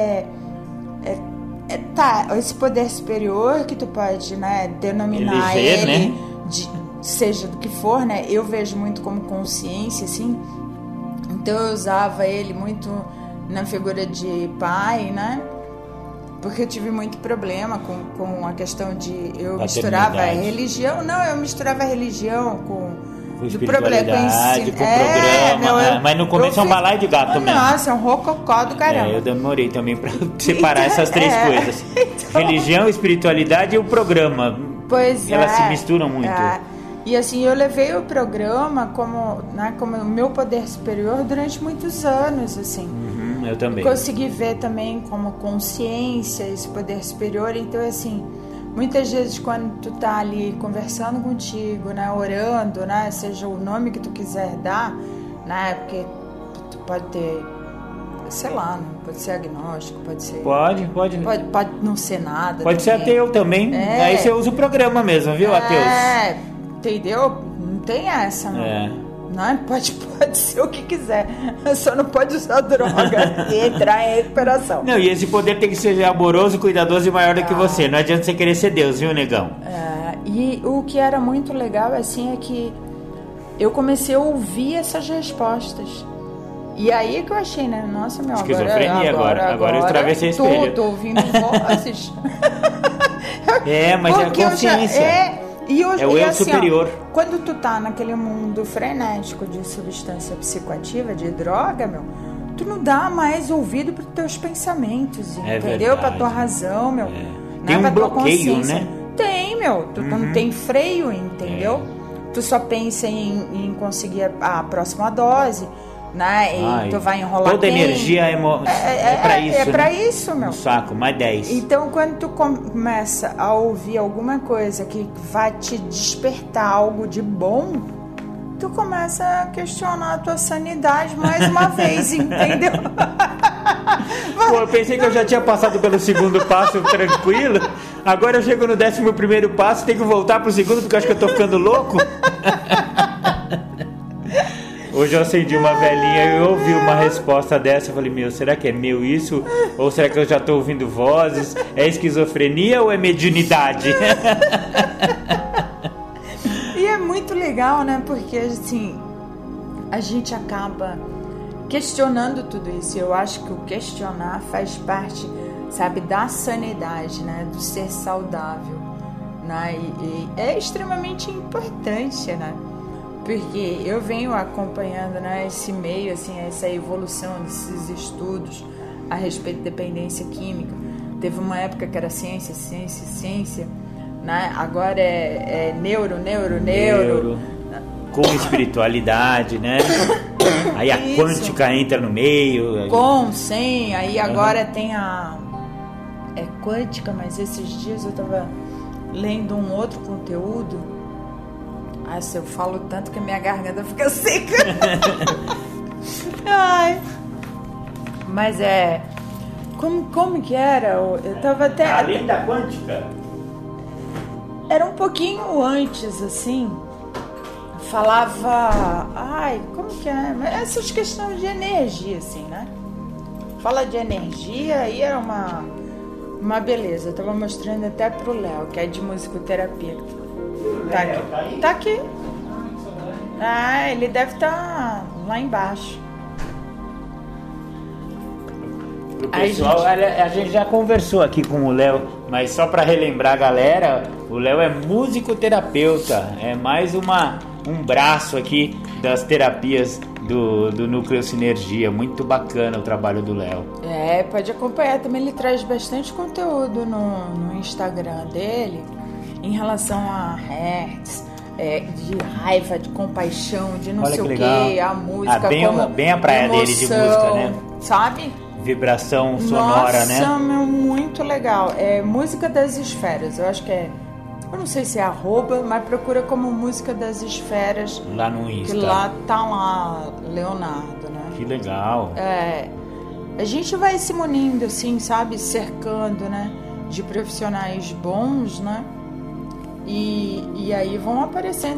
tá, esse poder superior que tu pode, né, denominar eleger, ele, né? Seja do que for, né, eu vejo muito como consciência, assim, então eu usava ele muito na figura de pai, né, porque eu tive muito problema com a questão de... Eu misturava a religião... Não, eu misturava a religião com espiritualidade, com programa. Mas no começo é um balaio de gato mesmo. Nossa, é um rococó do caramba. Eu demorei também pra separar essas três coisas. Então... Religião, espiritualidade e o programa. Pois elas se misturam muito. E assim, eu levei o programa como o meu poder superior durante muitos anos, assim. Eu também. Consegui ver também como consciência, esse poder superior. Então, assim, muitas vezes quando tu tá ali conversando contigo, né, orando, né, seja o nome que tu quiser dar, né, porque tu pode ter, sei lá, pode ser agnóstico, pode ser... Pode não ser nada. Pode ser ateu também. Aí você usa o programa mesmo, viu, ateus? Entendeu? Não tem essa, não. Não, pode ser o que quiser. Só não pode usar droga e entrar em recuperação. Não, e esse poder tem que ser amoroso, cuidadoso e maior do que você. Não adianta você querer ser Deus, viu, negão? E o que era muito legal, assim, é que eu comecei a ouvir essas respostas. E aí que eu achei, né? Nossa, meu, agora eu travessei esse espelho. Tô ouvindo vozes. Mas porque é a consciência. É o eu assim, superior. Quando tu tá naquele mundo frenético de substância psicoativa, de droga, meu, tu não dá mais ouvido pros teus pensamentos, entendeu? Pra tua razão, meu. Tem um bloqueio, né? Tem, meu. Tu não tem freio, entendeu? Tu só pensa em conseguir a próxima dose, né? E tu vai enrolar. Toda energia é pra isso. É pra isso, meu. Um saco, mais 10. Então, quando tu começa a ouvir alguma coisa que vai te despertar algo de bom, tu começa a questionar a tua sanidade mais uma vez, entendeu? Pô, eu pensei que eu já tinha passado pelo 2º passo tranquilo. Agora eu chego no 11º passo, tenho que voltar pro 2º porque eu acho que eu tô ficando louco. Hoje eu acendi uma velhinha e eu ouvi uma resposta dessa. Eu falei, meu, será que é meu isso? Ou será que eu já tô ouvindo vozes? É esquizofrenia ou é mediunidade? E é muito legal, né? Porque, assim, a gente acaba questionando tudo isso. Eu acho que o questionar faz parte, sabe, da sanidade, né? Do ser saudável, né? E é extremamente importante, né? Porque eu venho acompanhando, né, esse meio, assim, essa evolução desses estudos a respeito de dependência química. Teve uma época que era ciência, né? Agora é neuro. Com espiritualidade, né? Aí a quântica entra no meio. Sem, aí agora tem a... É quântica, mas esses dias eu tava lendo um outro conteúdo. Se eu falo tanto que minha garganta fica seca. Ai. Mas como que era? Eu tava até... Além da quântica? Era um pouquinho antes, assim. Falava... como que é? Essas questões de energia, assim, né? Fala de energia e era uma beleza. Eu tava mostrando até pro Léo, que é de musicoterapia. Tá aqui. Ele deve estar lá embaixo. O pessoal, a gente já conversou aqui com o Léo, mas só para relembrar a galera, o Léo é musicoterapeuta. É mais uma um braço aqui das terapias do Núcleo Sinergia. Muito bacana o trabalho do Léo. Pode acompanhar também, ele traz bastante conteúdo no Instagram dele em relação a hertz, de raiva, de compaixão, de não sei o que, a música, bem a praia emoção, dele de música, né? Sabe? Vibração sonora, né? Nossa, muito legal. É Música das Esferas, eu acho que eu não sei se é @ mas procura como Música das Esferas. Lá no Insta. Que lá tá lá, Leonardo, né? Que legal. A gente vai se munindo, assim, sabe? Cercando, né? De profissionais bons, né? E aí vão aparecendo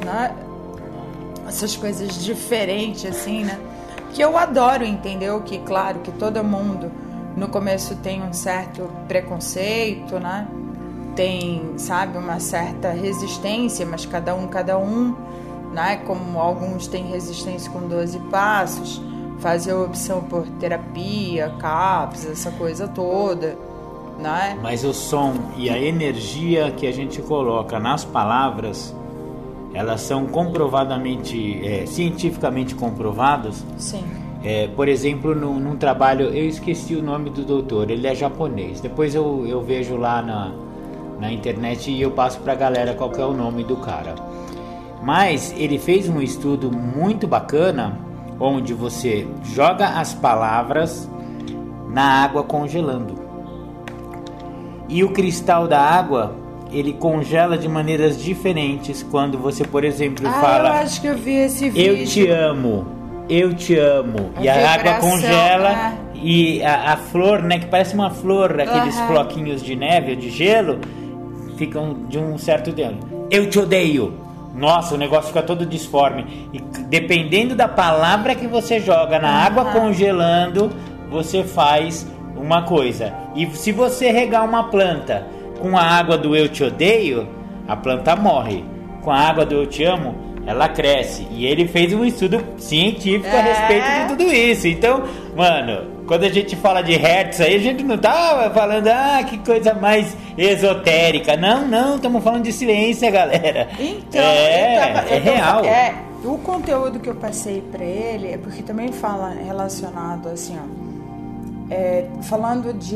essas coisas diferentes, assim, né? Que eu adoro, entendeu? Que, claro, que todo mundo no começo tem um certo preconceito, né? Tem, sabe, uma certa resistência, mas cada um, né? Como alguns têm resistência com 12 passos, fazem a opção por terapia, CAPS, essa coisa toda, né? Mas o som e a energia que a gente coloca nas palavras, elas são comprovadamente, cientificamente comprovadas. Sim. Por exemplo, num trabalho, eu esqueci o nome do doutor, ele é japonês. Depois eu vejo lá na internet e eu passo pra galera qual que é o nome do cara. Mas ele fez um estudo muito bacana, onde você joga as palavras na água congelando. E o cristal da água, ele congela de maneiras diferentes quando você, por exemplo, fala... eu acho que eu vi esse vídeo. Eu te amo. E a água congela e a flor, né, que parece uma flor, aqueles floquinhos de neve ou de gelo, ficam de um certo tempo. Eu te odeio. Nossa, o negócio fica todo disforme. E dependendo da palavra que você joga na água congelando, você faz uma coisa. E se você regar uma planta com a água do eu te odeio, a planta morre. Com a água do eu te amo, ela cresce. E ele fez um estudo científico a respeito de tudo isso. Então, mano, quando a gente fala de hertz aí, a gente não tá falando, que coisa mais esotérica. Não, estamos falando de ciência, galera. Então, é real. O conteúdo que eu passei pra ele é porque também fala relacionado assim, falando de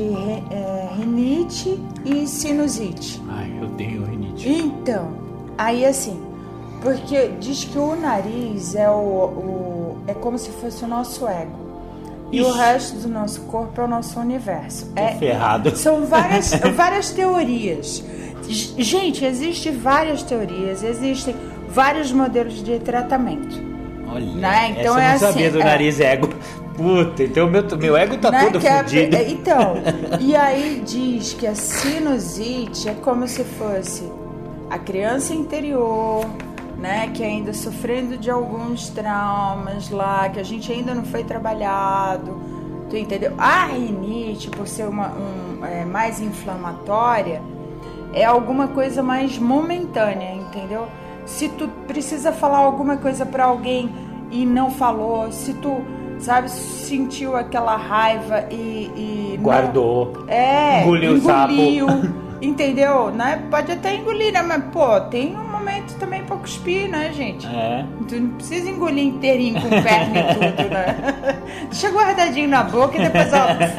rinite e sinusite. Ai, eu tenho rinite. Então, aí assim, porque diz que o nariz é como se fosse o nosso ego. E o resto do nosso corpo é o nosso universo. Ferrado. São várias teorias. Gente, existem várias teorias, existem vários modelos de tratamento. Olha, né? Então eu não sabia do nariz ego. Puta, então meu ego tá todo fodido. Então, e aí diz que a sinusite é como se fosse a criança interior, né, que ainda sofrendo de alguns traumas lá, que a gente ainda não foi trabalhado, tu entendeu? A rinite, por ser mais inflamatória, é alguma coisa mais momentânea, entendeu? Se tu precisa falar alguma coisa pra alguém e não falou, se tu, sabe, sentiu aquela raiva e guardou, engoliu o sapo, entendeu? Né? Pode até engolir, né? Mas, tem um momento também pra cuspir, né, gente? Tu não precisa engolir inteirinho com perna e tudo, né? Deixa guardadinho na boca e depois,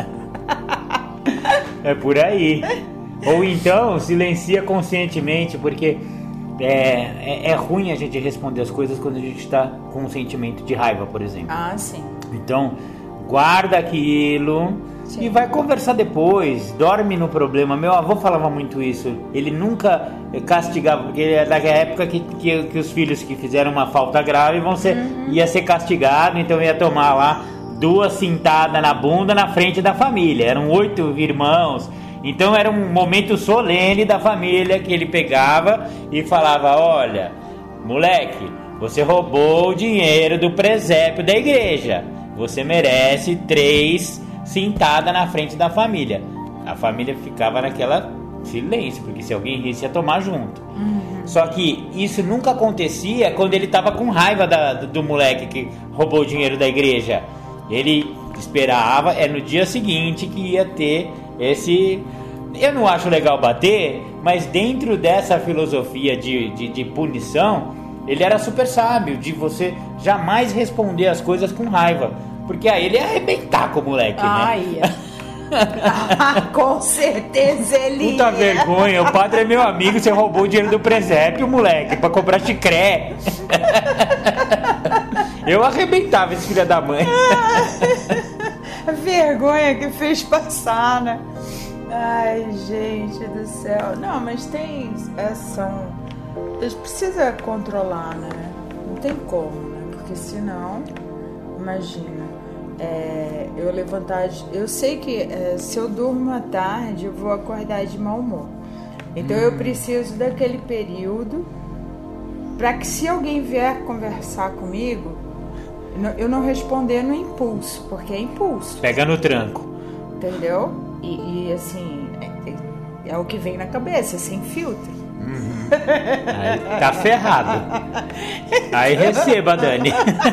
É por aí. Ou então, silencia conscientemente, porque é ruim a gente responder as coisas quando a gente tá com um sentimento de raiva, por exemplo. Sim. Então, guarda aquilo. Sim. E vai conversar depois, dorme no problema. Meu avô falava muito isso. Ele nunca castigava, porque é da época que os filhos que fizeram uma falta grave ia ser castigado, então ia tomar lá 2 cintadas na bunda na frente da família. Eram 8 irmãos. Então era um momento solene da família que ele pegava e falava: olha, moleque, você roubou o dinheiro do presépio da igreja. Você merece 3 cintada na frente da família. A família ficava naquela silêncio, porque se alguém risse ia tomar junto. Só que isso nunca acontecia quando ele tava com raiva do moleque que roubou o dinheiro da igreja. Ele esperava, no dia seguinte que ia ter esse... Eu não acho legal bater, mas dentro dessa filosofia de punição, ele era super sábio de você jamais responder as coisas com raiva. Porque aí ele ia arrebentar com o moleque, né? Ia. Com certeza ele Puta ia. vergonha, o padre é meu amigo, você roubou o dinheiro do presépio, moleque, pra comprar chicré. Eu arrebentava esse filho da mãe. A vergonha que fez passar, né? Ai, gente do céu. Não, mas tem... Eles precisam controlar, né? Não tem como, né? Porque senão... Imagina... eu levantar... Eu sei que se eu durmo à tarde, eu vou acordar de mau humor. Então eu preciso daquele período para que se alguém vier conversar comigo, eu não responder no impulso, porque é impulso. Pega no tranco. Entendeu? E assim, é o que vem na cabeça, sem filtro. Aí tá ferrado. Aí receba, Dani.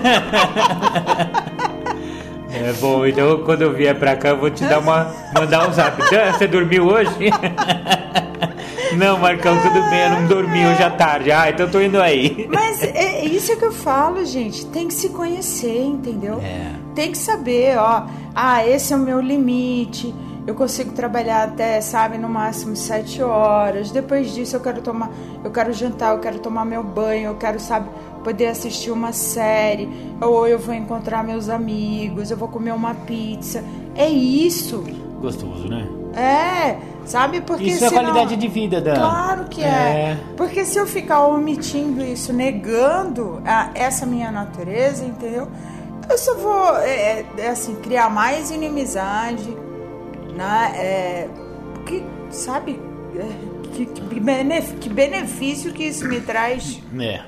Bom, então quando eu vier pra cá eu vou te mandar um zap. Você dormiu hoje? Não, Marcão, tudo bem, eu não dormi hoje à tarde. Então tô indo aí. Mas é isso que eu falo, gente. Tem que se conhecer, entendeu? Tem que saber, esse é o meu limite. Eu consigo trabalhar até, sabe, no máximo 7 horas. Depois disso eu quero jantar, eu quero tomar meu banho, eu quero, sabe, poder assistir uma série, ou eu vou encontrar meus amigos, eu vou comer uma pizza. É isso. Gostoso, né? Sabe, porque isso é qualidade de vida, Dan. Claro que é. Porque se eu ficar omitindo isso, negando essa minha natureza, entendeu? Eu só vou, assim, criar mais inimizade, né? Que, sabe, que benefício que isso me traz.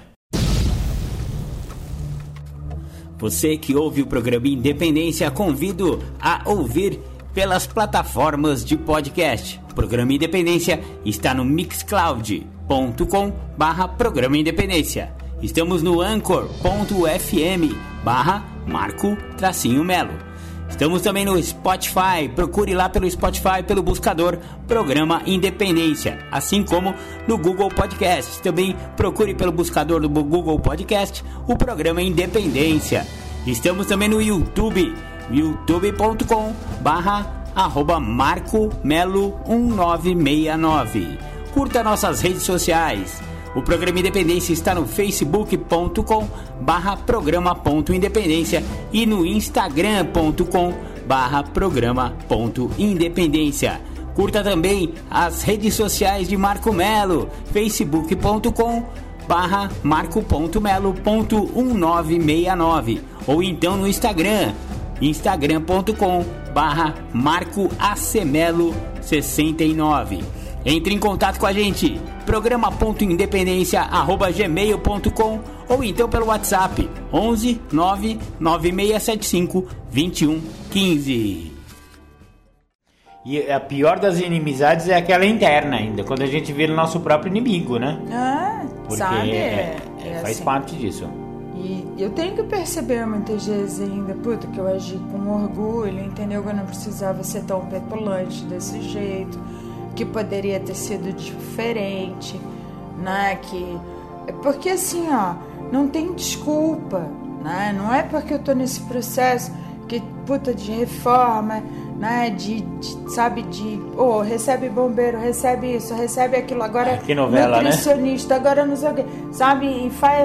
Você que ouve o programa Independência, convido a ouvir pelas plataformas de podcast. O programa Independência está no mixcloud.com/programa Independência. Estamos no anchor.fm/Marco-Melo. Estamos também no Spotify. Procure lá pelo Spotify, pelo buscador Programa Independência, assim como no Google Podcast. Também procure pelo buscador do Google Podcast o Programa Independência. Estamos também no YouTube, youtube.com/MarcoMelo1969. Curta nossas redes sociais. O Programa Independência está no facebook.com/programa.independência e no instagram.com/programa.independência. Curta também as redes sociais de Marco Melo, facebook.com/marco.melo.1969 ou então no Instagram, instagram.com/marcoacmelo69. Entre em contato com a gente, programa.independência@gmail.com ou então pelo WhatsApp 11 99675 2115. E a pior das inimizades é aquela interna ainda, quando a gente vira o nosso próprio inimigo, né? Porque sabe? Faz assim, parte disso. E eu tenho que perceber muitas vezes ainda, que eu agi com orgulho, entendeu? Que eu não precisava ser tão petulante desse jeito, que poderia ter sido diferente, né? Porque assim, não tem desculpa, né? Não é porque eu tô nesse processo de reforma, né? Recebe bombeiro, recebe isso, recebe aquilo, agora que novela, nutricionista, né? Agora não sei o que, sabe? E faz,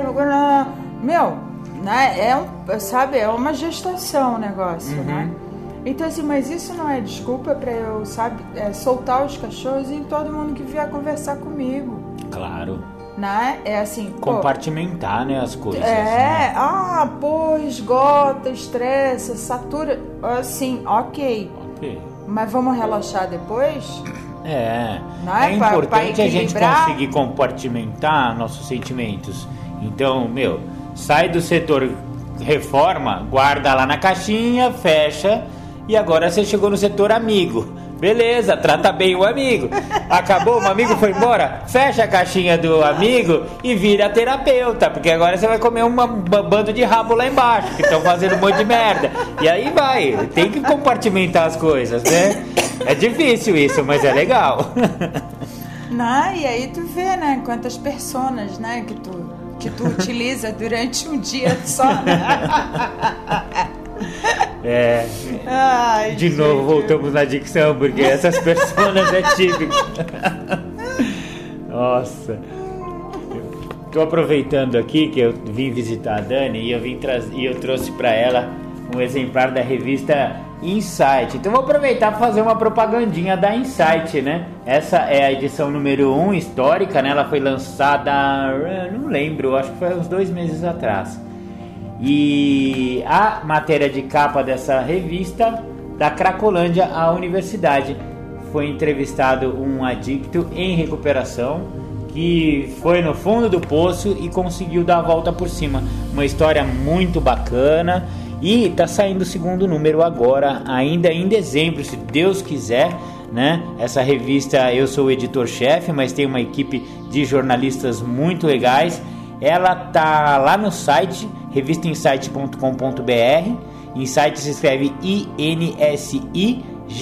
né? É uma gestação o negócio, né? Então assim, mas isso não é desculpa pra eu, soltar os cachorros e todo mundo que vier conversar comigo. Claro. Né? É assim, compartimentar, né, as coisas. Né? Esgota, estressa, satura, assim, ok. Mas vamos relaxar depois? É importante a gente conseguir compartimentar nossos sentimentos. Então, sai do setor reforma, guarda lá na caixinha, fecha, e agora você chegou no setor amigo. Beleza, trata bem o amigo. Acabou, o amigo foi embora, fecha a caixinha do amigo e vira terapeuta, porque agora você vai comer um bando de rabo lá embaixo, que estão fazendo um monte de merda. E aí tem que compartimentar as coisas, né? É difícil isso, mas é legal. E aí tu vê, né, quantas personas, né, que tu que tu utiliza durante um dia só, né? Ai, de novo voltamos na dicção, porque essas personas é típico. Nossa. Tô aproveitando aqui que eu vim visitar a Dani e eu trouxe para ela um exemplar da revista Insight. Então vou aproveitar para fazer uma propagandinha da Insight, né? Essa é a edição número 1 histórica, né? Ela foi lançada, não lembro, acho que foi uns 2 meses atrás. E a matéria de capa dessa revista, da Cracolândia à Universidade, foi entrevistado um adicto em recuperação que foi no fundo do poço e conseguiu dar a volta por cima. Uma história muito bacana. E tá saindo o segundo número agora, ainda em dezembro, se Deus quiser, né? Essa revista, eu sou o editor-chefe, mas tem uma equipe de jornalistas muito legais. Ela tá lá no site, revistainsight.com.br. Insight se escreve INSIGHT,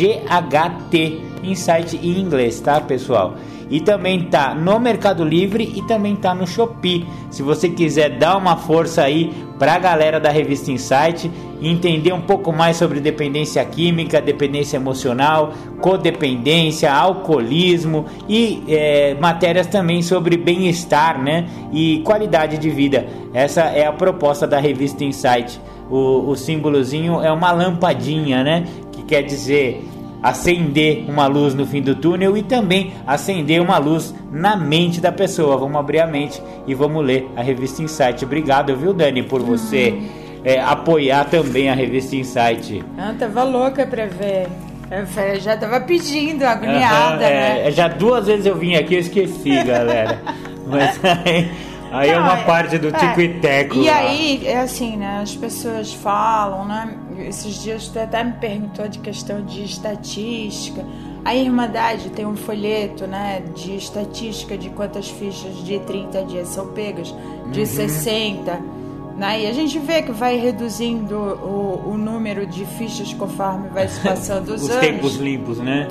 Insight em inglês, tá, pessoal? E também tá no Mercado Livre e também tá no Shopee. Se você quiser dar uma força aí pra galera da revista Insight, entender um pouco mais sobre dependência química, dependência emocional, codependência, alcoolismo e matérias também sobre bem-estar, né? E qualidade de vida. Essa é a proposta da revista Insight. O símbolozinho é uma lampadinha, né? Que quer dizer acender uma luz no fim do túnel e também acender uma luz na mente da pessoa. Vamos abrir a mente e vamos ler a revista Insight. Obrigado, viu, Dani, por você apoiar também a revista Insight. Eu tava louca pra ver. Eu já tava pedindo, agoniada, né? Já 2 vezes eu vim aqui e esqueci, galera. Mas aí é uma parte do tico e teco. E lá. aí, é assim, né? As pessoas falam, né? Esses dias tu até me perguntou de questão de estatística. A Irmandade tem um folheto, né? De estatística de quantas fichas de 30 dias são pegas, de 60. Né? E a gente vê que vai reduzindo o número de fichas conforme vai se passando os anos. Os tempos limpos, né?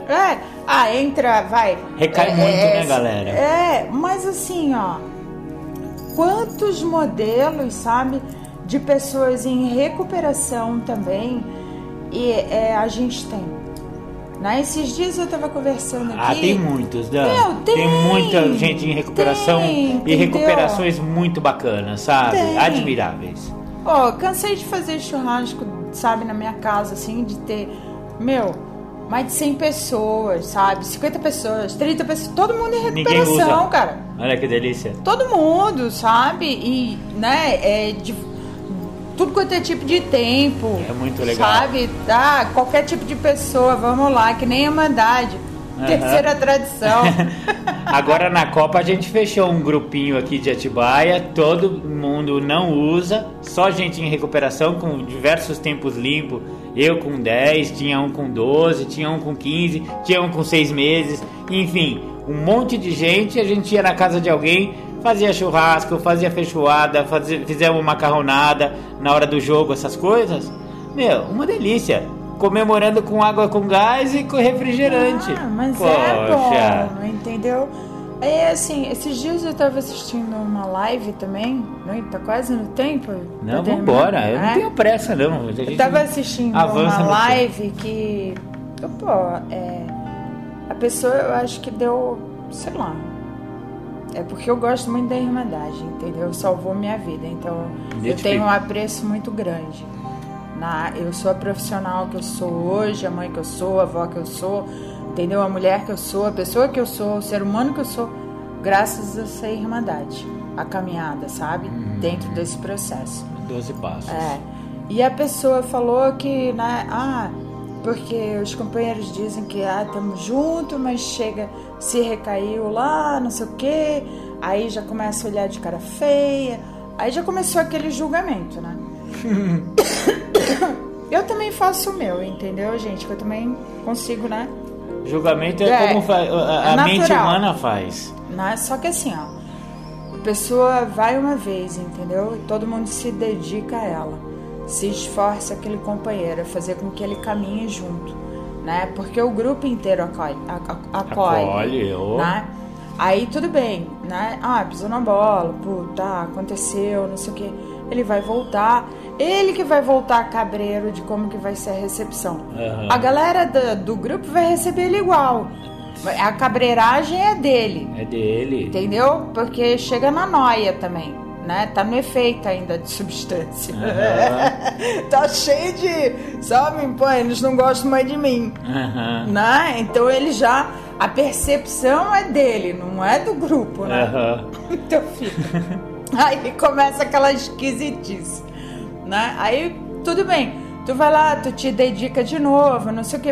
Recai muito, né, galera? Mas assim, ó, quantos modelos, sabe, de pessoas em recuperação também a gente tem. Né? Esses dias eu tava conversando aqui. Tem muitos, Dan. Tem muita gente em recuperação e recuperações muito bacanas, sabe? Admiráveis. Cansei de fazer churrasco, sabe, na minha casa, assim, de ter, mais de 100 pessoas, sabe? 50 pessoas, 30 pessoas, todo mundo em recuperação, cara. Olha que delícia. Todo mundo, sabe? E, né, de tudo quanto é tipo de tempo. É muito legal. Sabe? Qualquer tipo de pessoa, vamos lá, que nem a Irmandade. Terceira tradição. Agora na Copa a gente fechou um grupinho aqui de Atibaia, todo mundo não usa, só gente em recuperação com diversos tempos limpos. Eu com 10, tinha um com 12, tinha um com 15, tinha um com 6 meses, enfim, um monte de gente. A gente ia na casa de alguém, fazia churrasco, fazia feijoada, fizemos macarronada na hora do jogo, essas coisas. Uma delícia. Comemorando com água com gás e com refrigerante. Mas é bom, entendeu? Assim, esses dias eu tava assistindo uma live também, né? Tá quase no tempo. Não, vambora, eu não tenho pressa não. Eu tava assistindo uma live que, a pessoa, eu acho que deu, sei lá, é porque eu gosto muito da Irmandade, entendeu? Salvou minha vida, então eu tenho um apreço muito grande. Eu sou a profissional que eu sou hoje, a mãe que eu sou, a avó que eu sou, entendeu? A mulher que eu sou, a pessoa que eu sou, o ser humano que eu sou, graças a essa Irmandade, a caminhada, sabe? Dentro desse processo. 12 passos. E a pessoa falou que, né? Porque os companheiros dizem que estamos juntos, mas chega, se recaiu lá, não sei o quê, aí já começa a olhar de cara feia, aí já começou aquele julgamento, né? Eu também faço o meu, entendeu, gente? Que eu também consigo, né? Julgamento é como a mente humana faz. Só que assim, a pessoa vai uma vez, entendeu? Todo mundo se dedica a ela, se esforça aquele companheiro a fazer com que ele caminhe junto, né? Porque o grupo inteiro acolhe, né? Aí tudo bem, né? Pisou na bola, aconteceu, não sei o que. Ele vai voltar, ele que vai voltar cabreiro de como que vai ser a recepção. A galera do grupo vai receber ele igual. A cabreiragem é dele. É dele. Entendeu? Porque chega na noia também, né? Tá no efeito ainda de substância. Tá cheio de... Sabe? Pô, eles não gostam mais de mim. Né? Então ele já... A percepção é dele, não é do grupo, né? Então fica... Aí começa aquela esquisitice, né? Aí, tudo bem. Tu vai lá, tu te dedica de novo, não sei o que,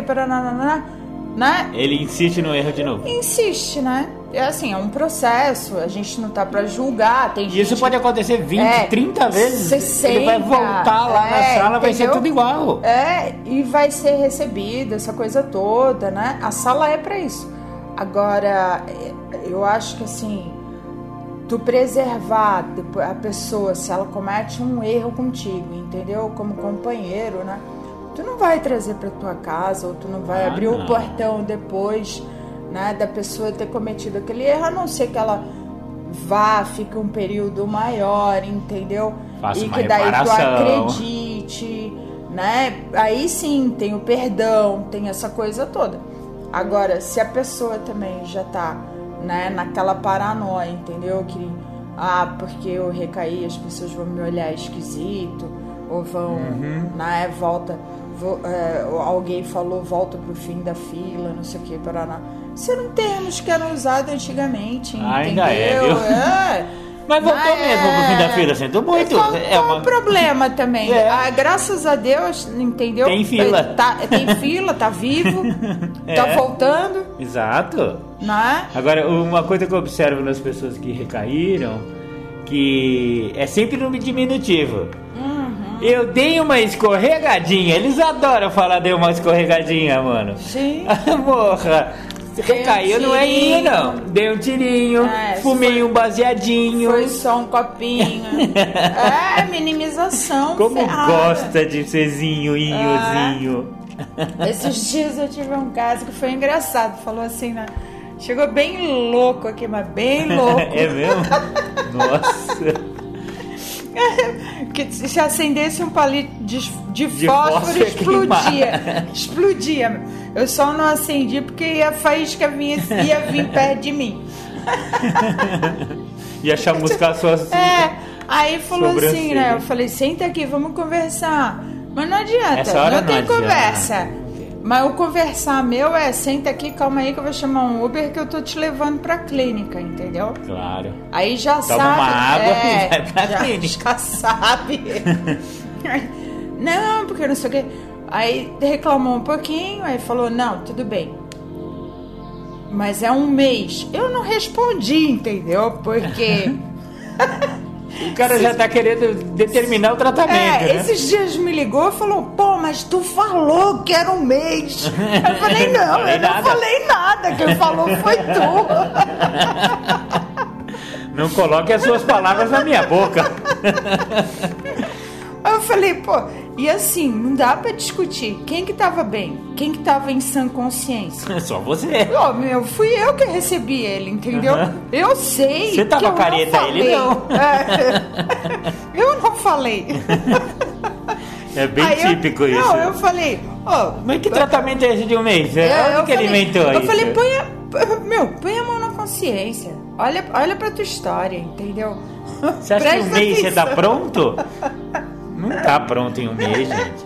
né? Ele insiste no erro de novo. Insiste, né? É assim, é um processo, a gente não tá pra julgar. Tem e isso pode acontecer 20, 30 vezes. 60, ele vai voltar lá na sala, entendeu? Vai ser tudo igual. E vai ser recebido, essa coisa toda, né? A sala é pra isso. Agora, eu acho que assim... Tu preservar a pessoa se ela comete um erro contigo, entendeu? Como companheiro, né? Tu não vai trazer pra tua casa, ou tu não vai abrir o portão depois, né? Da pessoa ter cometido aquele erro, a não ser que ela vá, fique um período maior, entendeu? Faça e uma que daí reparação. Tu acredite, né? Aí sim, tem o perdão, tem essa coisa toda. Agora, se a pessoa também já tá... Né, naquela paranoia, entendeu? Que, porque eu recaí, as pessoas vão me olhar esquisito, ou vão, né, alguém falou, volta pro fim da fila, não sei o que, Paraná. Isso eram termos que eram usados antigamente, entendeu? Ainda viu? Mas voltou mesmo pro fim da fila, sinto muito. Qual o problema também? Graças a Deus, entendeu? Tem fila. Tem fila, tá vivo, tá voltando. Exato. Né? Agora, uma coisa que eu observo nas pessoas que recaíram, que é sempre no diminutivo. Eu dei uma escorregadinha. Eles adoram falar dei uma escorregadinha, mano. Sim. Morra. Recaiu, não é minha, não. Dei um tirinho, fumei um baseadinho. Foi só um copinho. Minimização. Como ferrada. Gosta de serzinho, inhozinho. Esses dias eu tive um caso que foi engraçado. Falou assim, né? Chegou bem louco aqui, mas bem louco. É mesmo? Nossa. Que se acendesse um palito de fósforo, explodia. Explodia. Eu só não acendi porque a faísca ia vir perto de mim. Ia chamuscar suas... Aí falou assim, né? Eu falei, senta aqui, vamos conversar. Mas não adianta, não tem conversa. Mas o conversar meu senta aqui, calma aí que eu vou chamar um Uber que eu tô te levando pra clínica, entendeu? Claro. Aí já Toma sabe. Uma água e vai pra clínica. Já sabe. Não, porque não sei o que. Aí reclamou um pouquinho, aí falou, não, tudo bem. Mas é um mês. Eu não respondi, entendeu? Porque... O cara já tá querendo determinar o tratamento, né? Esses dias me ligou e falou, pô, mas tu falou que era um mês. Eu falei, não, não falei nada. Quem falou foi tu. Não coloque as suas palavras na minha boca. Aí eu falei, pô, e assim, não dá pra discutir. Quem que tava bem? Quem que tava em sã consciência? Só você. Fui eu que recebi ele, entendeu? Eu sei. Você tava careta, ele não. Eu não falei. É bem típico isso. Não, eu falei, mas que tratamento é esse de um mês? Onde que ele inventou isso? Eu falei, põe a mão na consciência. Olha pra tua história, entendeu? Você acha que um mês você tá pronto? Não tá pronto em um mês, gente.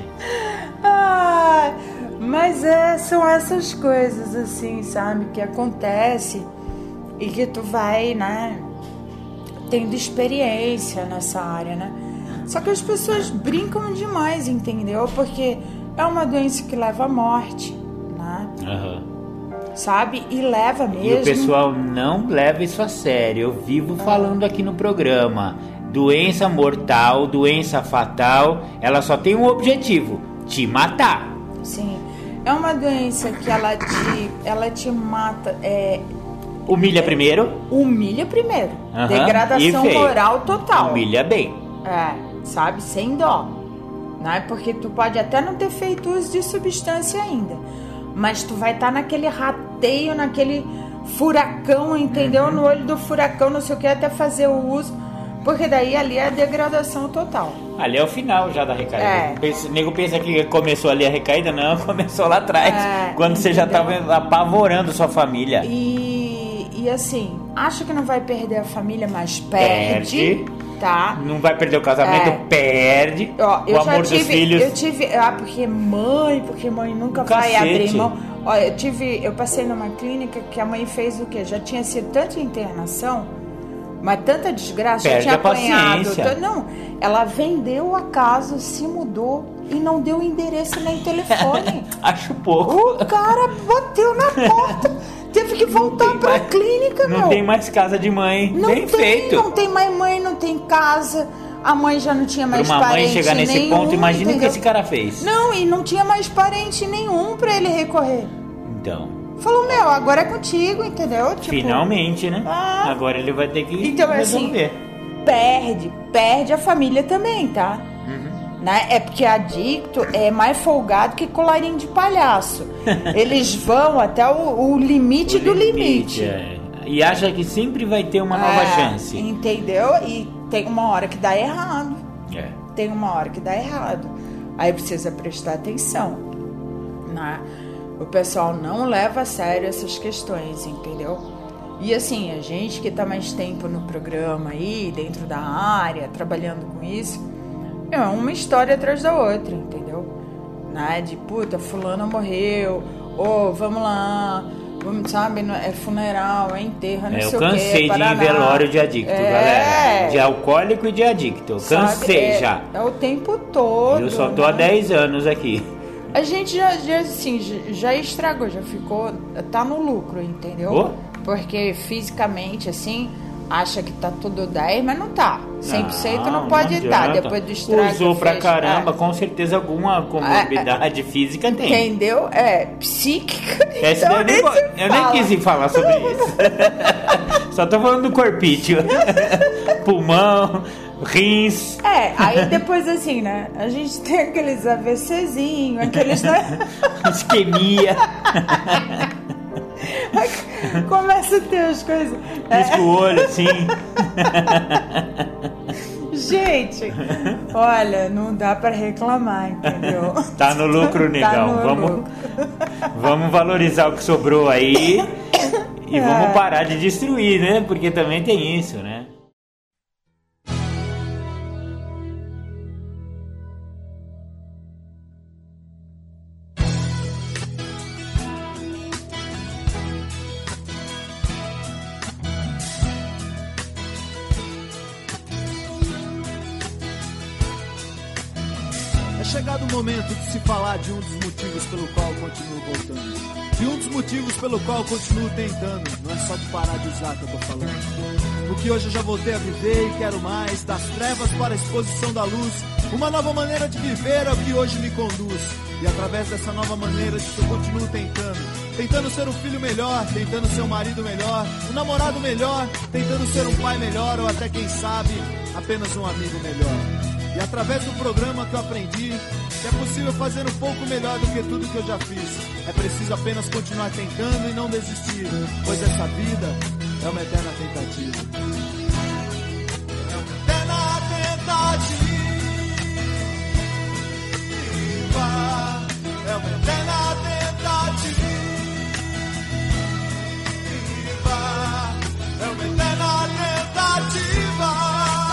Mas são essas coisas assim, sabe? Que acontece e que tu vai, né? Tendo experiência nessa área, né? Só que as pessoas brincam demais, entendeu? Porque é uma doença que leva à morte, né? Sabe? E leva mesmo. E o pessoal não leva isso a sério. Eu vivo falando aqui no programa. Doença mortal, doença fatal, ela só tem um objetivo: te matar. Sim. É uma doença que ela te mata. Humilha primeiro. Humilha primeiro. Degradação moral total. Humilha bem. Sabe? Sem dó. Não é porque tu pode até não ter feito uso de substância ainda. Mas tu vai estar naquele rateio, naquele furacão, entendeu? No olho do furacão, não sei o que, até fazer o uso, porque daí ali é a degradação total. Ali é o final já da recaída. O nego pensa que começou ali a recaída, não, começou lá atrás, quando você já estava apavorando sua família. E assim, acha que não vai perder a família, mas perde. Tá. Não vai perder o casamento, perde. Ó, o amor dos filhos. Eu tive. Porque mãe nunca vai abrir mão. Ó, eu passei numa clínica que a mãe fez o quê? Já tinha sido tanta internação, mas tanta desgraça, já tinha apanhado. Não, ela vendeu a casa, se mudou e não deu endereço nem telefone. Acho pouco. O cara bateu na porta. Teve que voltar pra clínica, Não tem mais casa de mãe. Bem feito. Não tem mais mãe, não tem casa. A mãe já não tinha mais parente nenhum. Pra uma mãe chegar nesse ponto, imagina o que esse cara fez. Não, e não tinha mais parente nenhum pra ele recorrer. Então. Falou, agora é contigo, entendeu? Tipo, finalmente, né? Agora ele vai ter que Assim, resolver. perde a família também, tá? Né? É porque adicto é mais folgado que colarinho de palhaço. Eles vão até o limite do limite. E acha que sempre vai ter uma nova chance. Entendeu? E tem uma hora que dá errado. Tem uma hora que dá errado. Aí precisa prestar atenção. Né? O pessoal não leva a sério essas questões, entendeu? E assim, a gente que tá mais tempo no programa aí, dentro da área, trabalhando com isso, é uma história atrás da outra, entendeu? Né? De puta, fulano morreu, vamos lá, sabe, é funeral, é enterro, não sei o que. Eu cansei de ir em velório de adicto, galera. De alcoólico e de adicto. Eu cansei já. É o tempo todo. Eu só tô há 10 anos aqui. A gente já estragou, já ficou, tá no lucro, entendeu? Porque fisicamente, assim, acha que tá tudo 10, mas não tá. 100% não pode estar depois do estrago. Usou pra caramba, com certeza alguma comorbidade física tem. Entendeu? Psíquica. Então eu nem quis falar sobre isso. Só tô falando do corpício. Pulmão, rins. Aí depois assim, né? A gente tem aqueles AVCzinhos, aqueles, né? Isquemia. Começa a ter as coisas. Pisca o olho assim. Gente, olha, não dá pra reclamar, entendeu? Tá no lucro, negão. Vamos valorizar o que sobrou aí e vamos parar de destruir, né? Porque também tem isso, né? Chegado o momento de se falar de um dos motivos pelo qual eu continuo voltando. De um dos motivos pelo qual eu continuo tentando. Não é só de parar de usar que eu tô falando. Porque hoje eu já voltei a viver e quero mais. Das trevas para a exposição da luz. Uma nova maneira de viver é o que hoje me conduz. E através dessa nova maneira eu continuo tentando. Tentando ser um filho melhor, tentando ser um marido melhor, um namorado melhor, tentando ser um pai melhor ou até quem sabe, apenas um amigo melhor. E através do programa que eu aprendi que é possível fazer um pouco melhor do que tudo que eu já fiz. É preciso apenas continuar tentando e não desistir, pois essa vida é uma eterna tentativa. É uma eterna tentativa. É uma eterna tentativa. É uma eterna tentativa.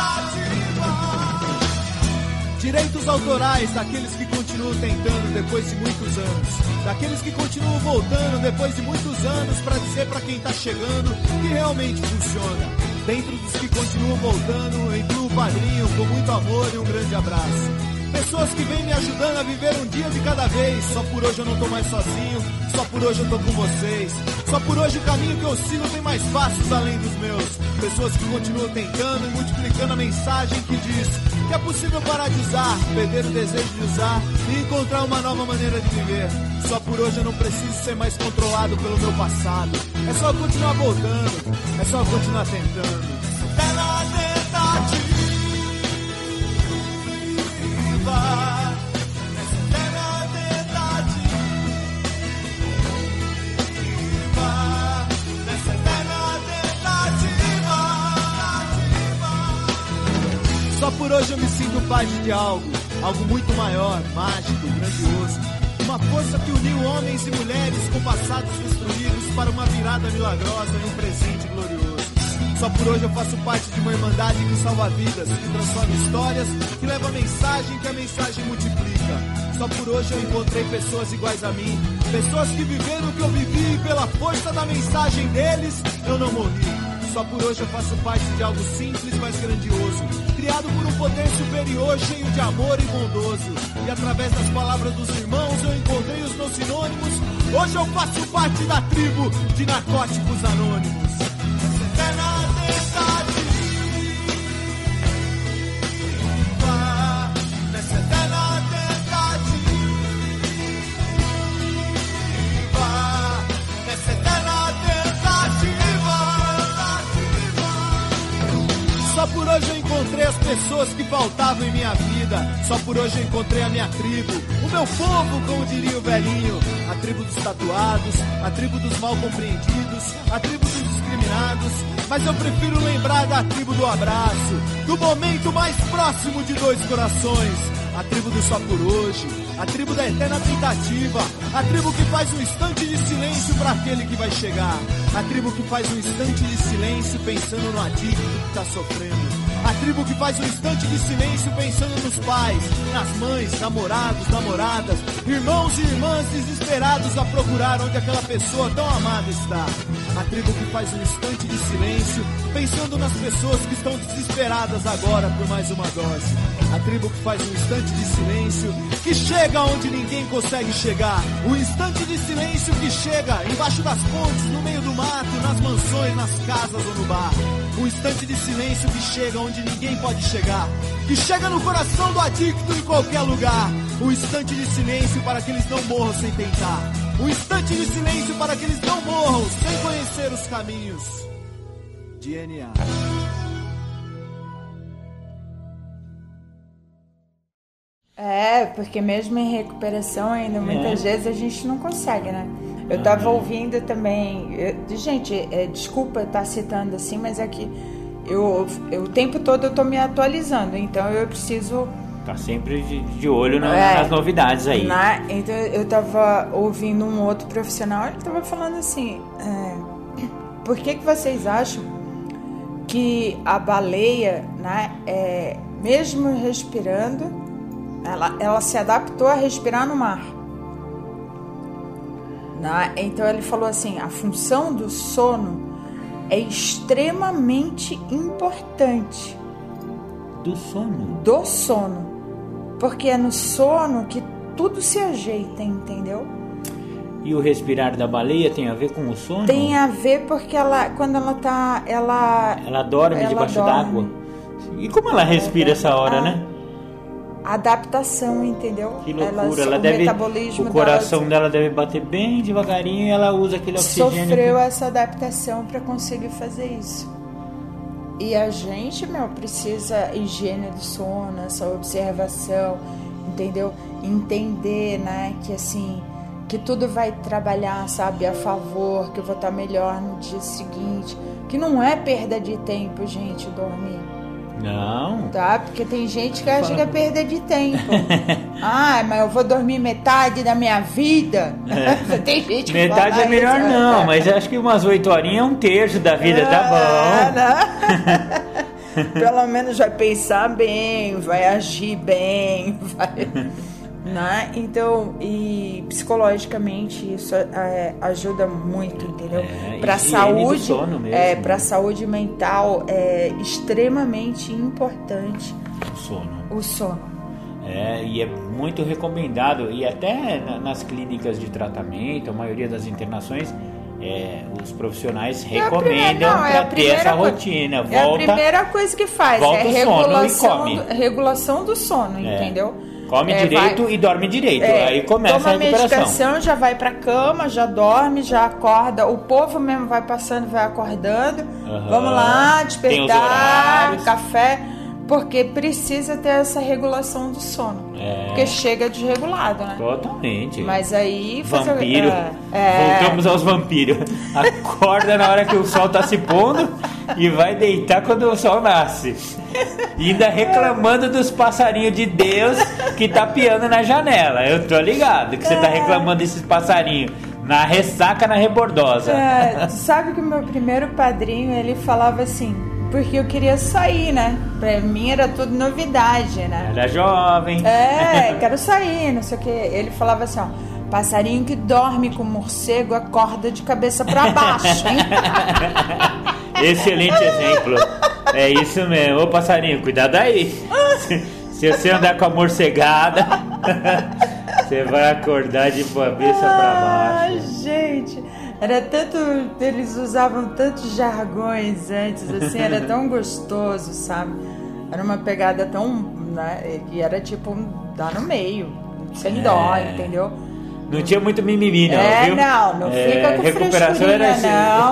Direitos autorais daqueles que continuam tentando depois de muitos anos. Daqueles que continuam voltando depois de muitos anos pra dizer pra quem tá chegando que realmente funciona. Dentro dos que continuam voltando, eu incluo o padrinho com muito amor e um grande abraço. Pessoas que vêm me ajudando a viver um dia de cada vez. Só por hoje eu não tô mais sozinho, só por hoje eu tô com vocês. Só por hoje o caminho que eu sigo tem mais passos além dos meus. Pessoas que continuam tentando e multiplicando a mensagem que diz que é possível parar de usar, perder o desejo de usar e encontrar uma nova maneira de viver. Só por hoje eu não preciso ser mais controlado pelo meu passado. É só continuar voltando, é só continuar tentando. Pela tentativa. Nessa parte de algo muito maior, mágico, grandioso. Uma força que uniu homens e mulheres com passados destruídos para uma virada milagrosa e um presente glorioso. Só por hoje eu faço parte de uma irmandade que salva vidas, que transforma histórias, que leva a mensagem, que a mensagem multiplica. Só por hoje eu encontrei pessoas iguais a mim, pessoas que viveram o que eu vivi e pela força da mensagem deles eu não morri. Só por hoje eu faço parte de algo simples, mas grandioso, criado por um poder superior, cheio de amor e bondoso. E através das palavras dos irmãos eu encontrei os meus sinônimos. Hoje eu faço parte da tribo de Narcóticos Anônimos. Só por hoje eu encontrei as pessoas que faltavam em minha vida. Só por hoje eu encontrei a minha tribo, o meu povo, como diria o velhinho. A tribo dos tatuados, a tribo dos mal compreendidos, a tribo dos discriminados. Mas eu prefiro lembrar da tribo do abraço, do momento mais próximo de dois corações. A tribo do só por hoje, a tribo da eterna tentativa, a tribo que faz um instante de silêncio para aquele que vai chegar, a tribo que faz um instante de silêncio pensando no adicto que está sofrendo, a tribo que faz um instante de silêncio pensando nos pais, nas mães, namorados, namoradas, irmãos e irmãs desesperados a procurar onde aquela pessoa tão amada está, a tribo que faz um instante de silêncio pensando nas pessoas que estão desesperadas agora por mais uma dose, a tribo que faz um instante de silêncio que chega onde ninguém consegue chegar, o instante de silêncio que chega embaixo das pontes, no meio do mato, nas mansões, nas casas ou no bar, o instante de silêncio que chega onde ninguém pode chegar, que chega no coração do adicto em qualquer lugar, o instante de silêncio para que eles não morram sem tentar, o instante de silêncio para que eles não morram sem conhecer os caminhos de NA. É, porque mesmo em recuperação ainda muitas vezes a gente não consegue, né? Eu tava ouvindo também, gente, desculpa estar citando assim, mas é que eu o tempo todo eu tô me atualizando, então eu preciso... Tá sempre de olho nas novidades aí. Então eu tava ouvindo um outro profissional, ele tava falando assim, por que vocês acham que a baleia, né, mesmo respirando, ela se adaptou a respirar no mar. Então ele falou assim, a função do sono é extremamente importante. Do sono? Do sono. Porque é no sono que tudo se ajeita, entendeu? E o respirar da baleia tem a ver com o sono? Tem a ver porque quando ela tá... Ela dorme debaixo d'água? E como ela respira essa hora, né? Adaptação, entendeu? Que loucura, ela deve, o coração dela deve bater bem devagarinho e ela usa aquele oxigênio. Sofreu essa adaptação para conseguir fazer isso. E a gente, precisa higiene do sono, essa observação, entendeu? Entender, né, que assim, que tudo vai trabalhar, sabe, a favor, que eu vou estar melhor no dia seguinte, que não é perda de tempo, gente, dormir. Não. Tá? Porque tem gente que acha que é perda de tempo. Mas eu vou dormir metade da minha vida. Tem gente que metade fala é melhor isso, não, mas acho que umas 8 horinhas é um terço da vida, tá bom. Pelo menos vai pensar bem, vai agir bem, vai... Né? Então, e psicologicamente isso ajuda muito, entendeu? Para saúde, para saúde mental é extremamente importante o sono. E é muito recomendado, e até nas clínicas de tratamento, a maioria das internações, os profissionais recomendam para ter essa rotina. A primeira coisa que faz regulação do sono, entendeu? Come direito e dorme direito. Aí começa a recuperação. Toma medicação, já vai pra cama, já dorme, já acorda. O povo mesmo vai passando, vai acordando. Vamos lá, despertar, café. Porque precisa ter essa regulação do sono. Porque chega desregulado, né? Totalmente. Mas aí... Vampiro. Voltamos aos vampiros. Acorda na hora que o sol tá se pondo e vai deitar quando o sol nasce. E ainda reclamando dos passarinhos de Deus que tá piando na janela. Eu tô ligado que você tá reclamando desses passarinhos. Na ressaca, na rebordosa. Tu sabe que o meu primeiro padrinho, ele falava assim... Porque eu queria sair, né? Pra mim era tudo novidade, né? Era jovem. Quero sair, não sei o que. Ele falava assim, ó... Passarinho que dorme com morcego acorda de cabeça pra baixo, hein? Excelente exemplo. É isso mesmo. Ô, passarinho, cuidado aí. Se você andar com a morcegada, você vai acordar de cabeça pra baixo. Ai, gente... Era tanto... Eles usavam tantos jargões antes, assim, era tão gostoso, sabe? Era uma pegada tão... Né? E era tipo, dá no meio, sem dó, entendeu? Não tinha muito mimimi, não, viu? Não fica com recuperação era assim.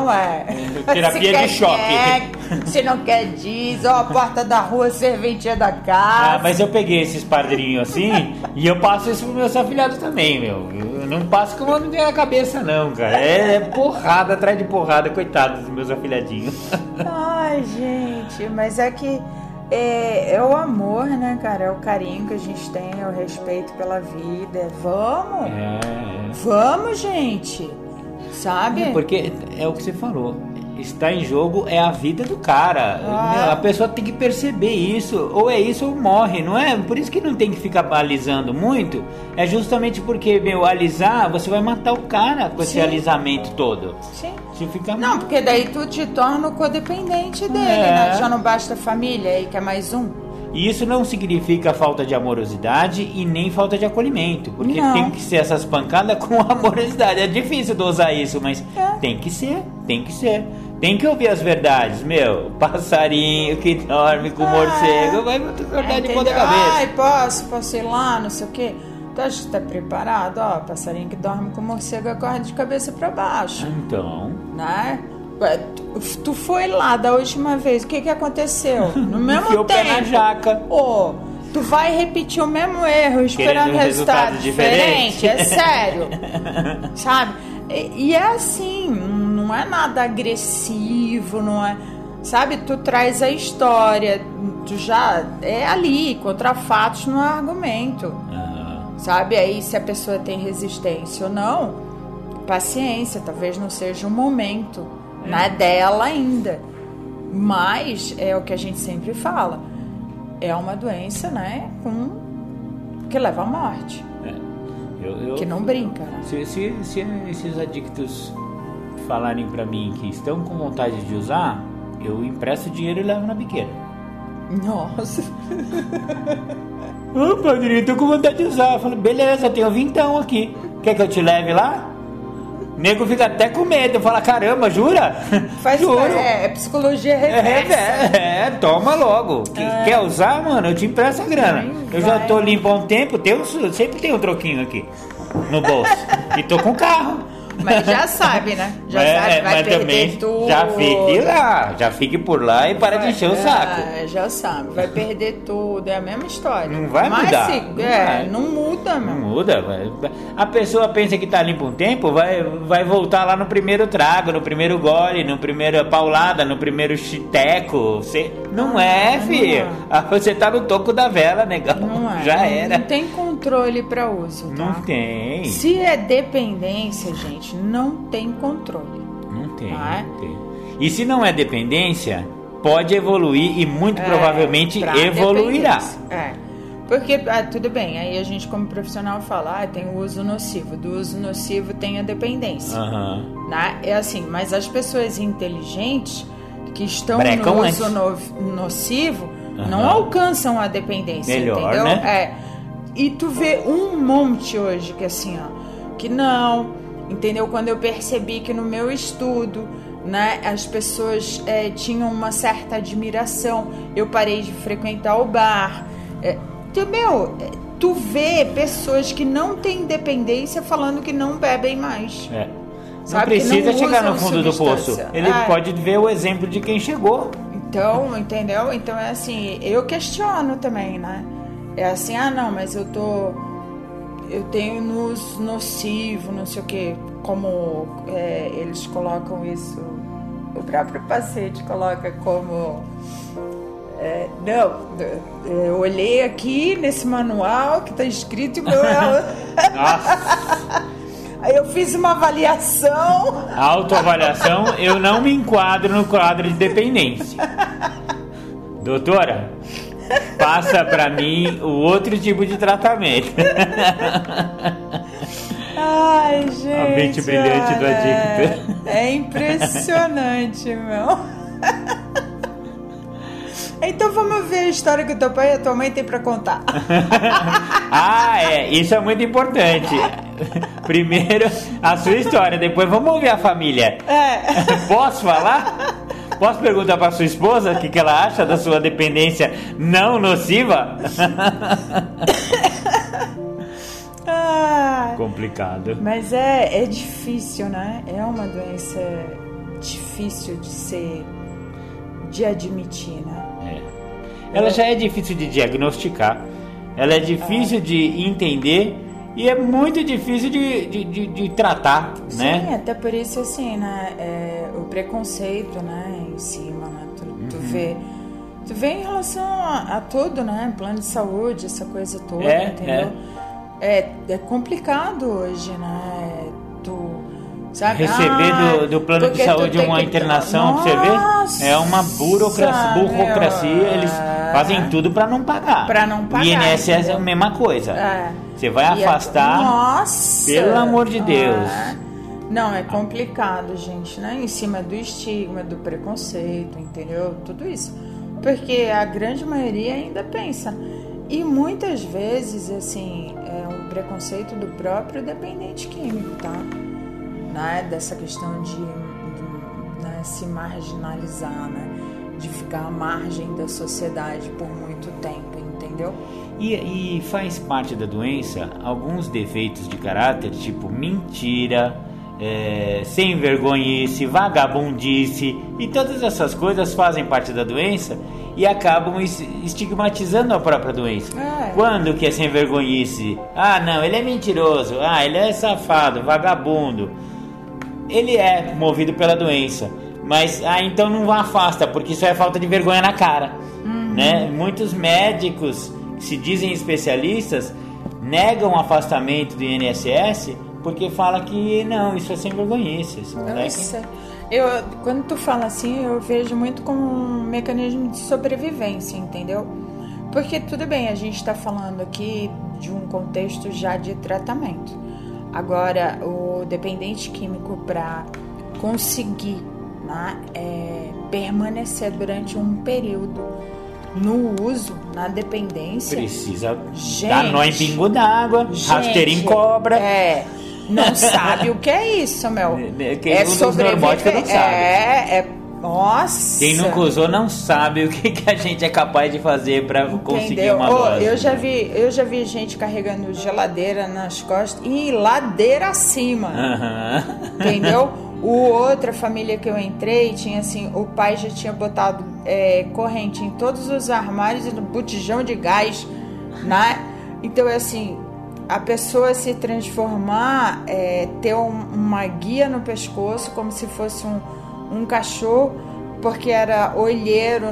Terapia de choque. Se não quer diz, ó, porta da rua, serventia da casa. Mas eu peguei esses padrinhos assim e eu passo isso pros meus afilhados também, meu. Eu não passo com o nome na cabeça, não, cara. É porrada atrás de porrada, coitados dos meus afilhadinhos. Ai, gente, mas é que é o amor, né, cara? É o carinho que a gente tem, é o respeito pela vida. Vamos! Vamos, gente! Sabe? Porque é o que você falou. Está em jogo é a vida do cara. A pessoa tem que perceber isso. Ou é isso ou morre, não é? Por isso que não tem que ficar alisando muito. É justamente porque, alisar, você vai matar o cara com esse alisamento todo. Sim. Se ficar... Não, porque daí tu te torna o codependente dele, né? Já não basta a família, aí quer mais um. E isso não significa falta de amorosidade e nem falta de acolhimento. Porque tem que ser essas pancadas com amorosidade. É difícil dosar isso, mas tem que ser. Tem que ouvir as verdades, meu. Passarinho que dorme com morcego vai acordar de ponta cabeça. Ai, posso ir lá, não sei o quê. Tu acha que tá preparado? Ó, passarinho que dorme com morcego acorda de cabeça pra baixo. Então... Né? Tu foi lá da última vez, o que aconteceu? No mesmo tempo. O pé na jaca. Tu vai repetir o mesmo erro esperando resultado diferente? É sério. Sabe? E é assim, não é nada agressivo, não é... Sabe? Tu traz a história, tu já... É ali, contra fatos no argumento. Sabe? Aí se a pessoa tem resistência ou não, paciência, talvez não seja o momento, né, dela ainda. Mas é o que a gente sempre fala. É uma doença, né, que leva à morte. Que não brinca, né? Se esses adictos falarem pra mim que estão com vontade de usar, eu empresto dinheiro e levo na biqueira. Nossa. Padrinho, tô com vontade de usar. Eu falo, beleza, tenho vintão aqui. Quer que eu te leve lá? O nego fica até com medo. Fala, caramba, jura? Juro. É psicologia reversa. Toma logo. Quer usar, mano? Eu te empresto a grana. Eu já tô limpo há um tempo. Sempre tem um troquinho aqui no bolso. E tô com carro. Mas já sabe, né? Sabe, vai perder tudo. Já fique por lá e para de encher o saco. Já sabe, vai perder tudo. É a mesma história. Não vai mudar. Não muda, meu. Não muda. A pessoa pensa que tá limpo um tempo, vai voltar lá no primeiro trago, no primeiro gole, no primeiro paulada, no primeiro chiteco. Não é, filho. Você tá no toco da vela, negão. Já era. Não tem controle pra uso, tá? Não tem. Se é dependência, gente, não tem controle. Não tem. E se não é dependência, pode evoluir e muito provavelmente evoluirá. Porque, tudo bem, aí a gente como profissional fala, tem o uso nocivo. Do uso nocivo tem a dependência. Né? É assim, mas as pessoas inteligentes que estão no uso nocivo não alcançam a dependência, entendeu? Né? E tu vê um monte hoje que assim, que não, entendeu? Quando eu percebi que no meu estudo, né, as pessoas tinham uma certa admiração, eu parei de frequentar o bar. Tu vê pessoas que não têm dependência falando que não bebem mais. Não precisa chegar no fundo do poço. Ele pode ver o exemplo de quem chegou. Então, entendeu? Então é assim, eu questiono também, né? É assim, não, mas eu tenho nocivo, não sei o quê, como eles colocam isso, o próprio paciente coloca como... eu olhei aqui nesse manual que tá escrito e meu... Aí eu fiz uma avaliação. Autoavaliação, eu não me enquadro no quadro de dependência. Doutora, passa pra mim o outro tipo de tratamento. Ai, gente. A mente brilhante do adicto. É impressionante, meu. Então vamos ver a história que o teu pai e a tua mãe têm pra contar. Isso é muito importante. Primeiro a sua história, depois vamos ouvir a família. Posso falar? Posso perguntar pra sua esposa o que ela acha da sua dependência não nociva? Complicado. Mas é difícil, né? É uma doença difícil de admitir, né? Ela já é difícil de diagnosticar, ela é difícil de entender e é muito difícil de tratar, né? Sim, até por isso, assim, né? O preconceito, né? Em cima, né? Tu vê em relação a tudo, né? Plano de saúde, essa coisa toda, entendeu? É complicado hoje, né? Sabe? Receber do plano de saúde uma internação pra você ver, é uma burocracia, eles fazem tudo pra não pagar. O INSS é a mesma coisa. Você vai afastar, pelo amor de Deus. Não, é complicado, gente, né? Em cima do estigma, do preconceito, entendeu? Tudo isso. Porque a grande maioria ainda pensa. E muitas vezes, assim, é um preconceito do próprio dependente químico, tá? Né? Dessa questão de se marginalizar, né? De ficar à margem da sociedade por muito tempo, entendeu? E faz parte da doença alguns defeitos de caráter, tipo mentira, sem vergonhice, vagabundice, e todas essas coisas fazem parte da doença e acabam estigmatizando a própria doença. Quando que é sem vergonhice? Não, ele é mentiroso, ele é safado, vagabundo. Ele é movido pela doença, mas então não afasta, porque isso é falta de vergonha na cara, né? Muitos médicos que se dizem especialistas negam o afastamento do INSS porque fala que não, isso é sem vergonhice. Quando tu fala assim, eu vejo muito como um mecanismo de sobrevivência, entendeu? Porque tudo bem, a gente está falando aqui de um contexto já de tratamento. Agora, o dependente químico, para conseguir, né, permanecer durante um período no uso, na dependência... Precisa dar nó em pingo d'água, rasteira em cobra. Não sabe o que é isso, meu. Quem usa os normóticos não sabe. Nossa! Quem nunca usou não sabe o que a gente é capaz de fazer para conseguir uma dose. Eu já vi gente carregando geladeira nas costas e ladeira acima. Entendeu? Outra família que eu entrei tinha assim, o pai já tinha botado corrente em todos os armários e no botijão de gás, né? Então é assim, a pessoa se transformar, ter uma guia no pescoço como se fosse um cachorro, porque era olheiro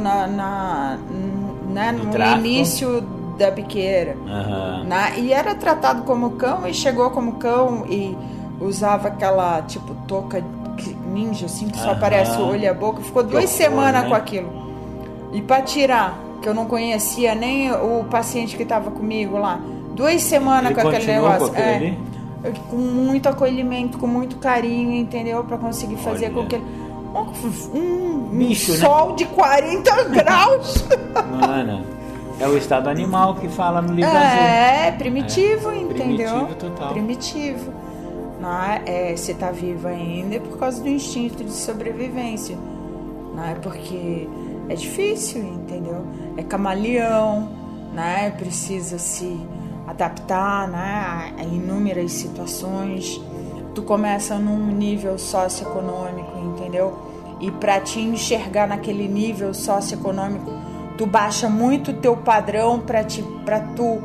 no início da biqueira, e era tratado como cão e chegou como cão e usava aquela tipo touca ninja assim, que só aparece o olho e a boca. Ficou 2 semanas com aquilo, e para tirar, que eu não conhecia nem o paciente que estava comigo lá, 2 semanas com aquele negócio, com muito acolhimento, com muito carinho, entendeu? Para conseguir fazer com que bicho, sol, né? De 40 graus. Mano, é o estado animal que fala no livro azul. Primitivo, entendeu? Primitivo total. Primitivo. Você tá vivo ainda é por causa do instinto de sobrevivência. Não é porque é difícil, entendeu? É camaleão, né? Precisa se adaptar, né? A inúmeras situações. Tu começa num nível socioeconômico, entendeu? e para te enxergar naquele nível socioeconômico, tu baixa muito o teu padrão para tu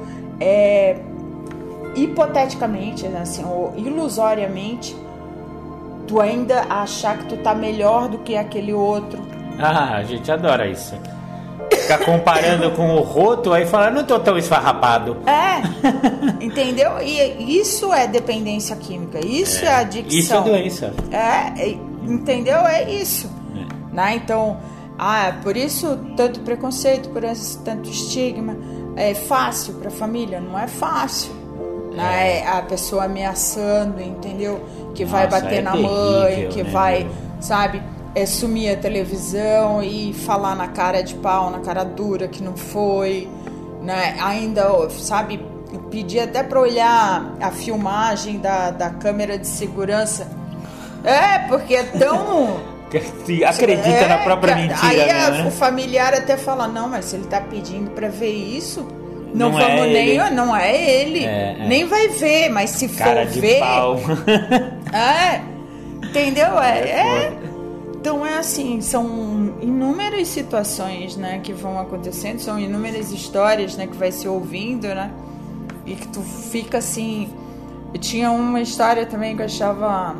hipoteticamente, assim, ou ilusoriamente, tu ainda achar que tu tá melhor do que aquele outro. Ah, a gente adora isso. Ficar comparando com o roto, aí falar, não tô tão esfarrapado. Entendeu? E isso é dependência química, isso é adicção. Isso é doença. Entendeu? É isso. Né? Então, por isso tanto preconceito, por isso tanto estigma. É fácil pra família? Não é fácil. Né? A pessoa ameaçando, entendeu? Que vai bater na mãe, que vai, sabe, sumir a televisão e falar na cara de pau, na cara dura que não foi, né? Ainda, sabe, pedir até pra olhar a filmagem da câmera de segurança. Porque é tão... Acredita na própria mentira, aí o familiar até fala, não, mas se ele tá pedindo pra ver isso... Não vamos não é ele, nem vai ver, mas se cara for de ver, pau. entendeu? Então é assim, são inúmeras situações, né, que vão acontecendo, são inúmeras histórias, né, que vai se ouvindo, né, e que tu fica assim. Eu tinha uma história também que eu achava,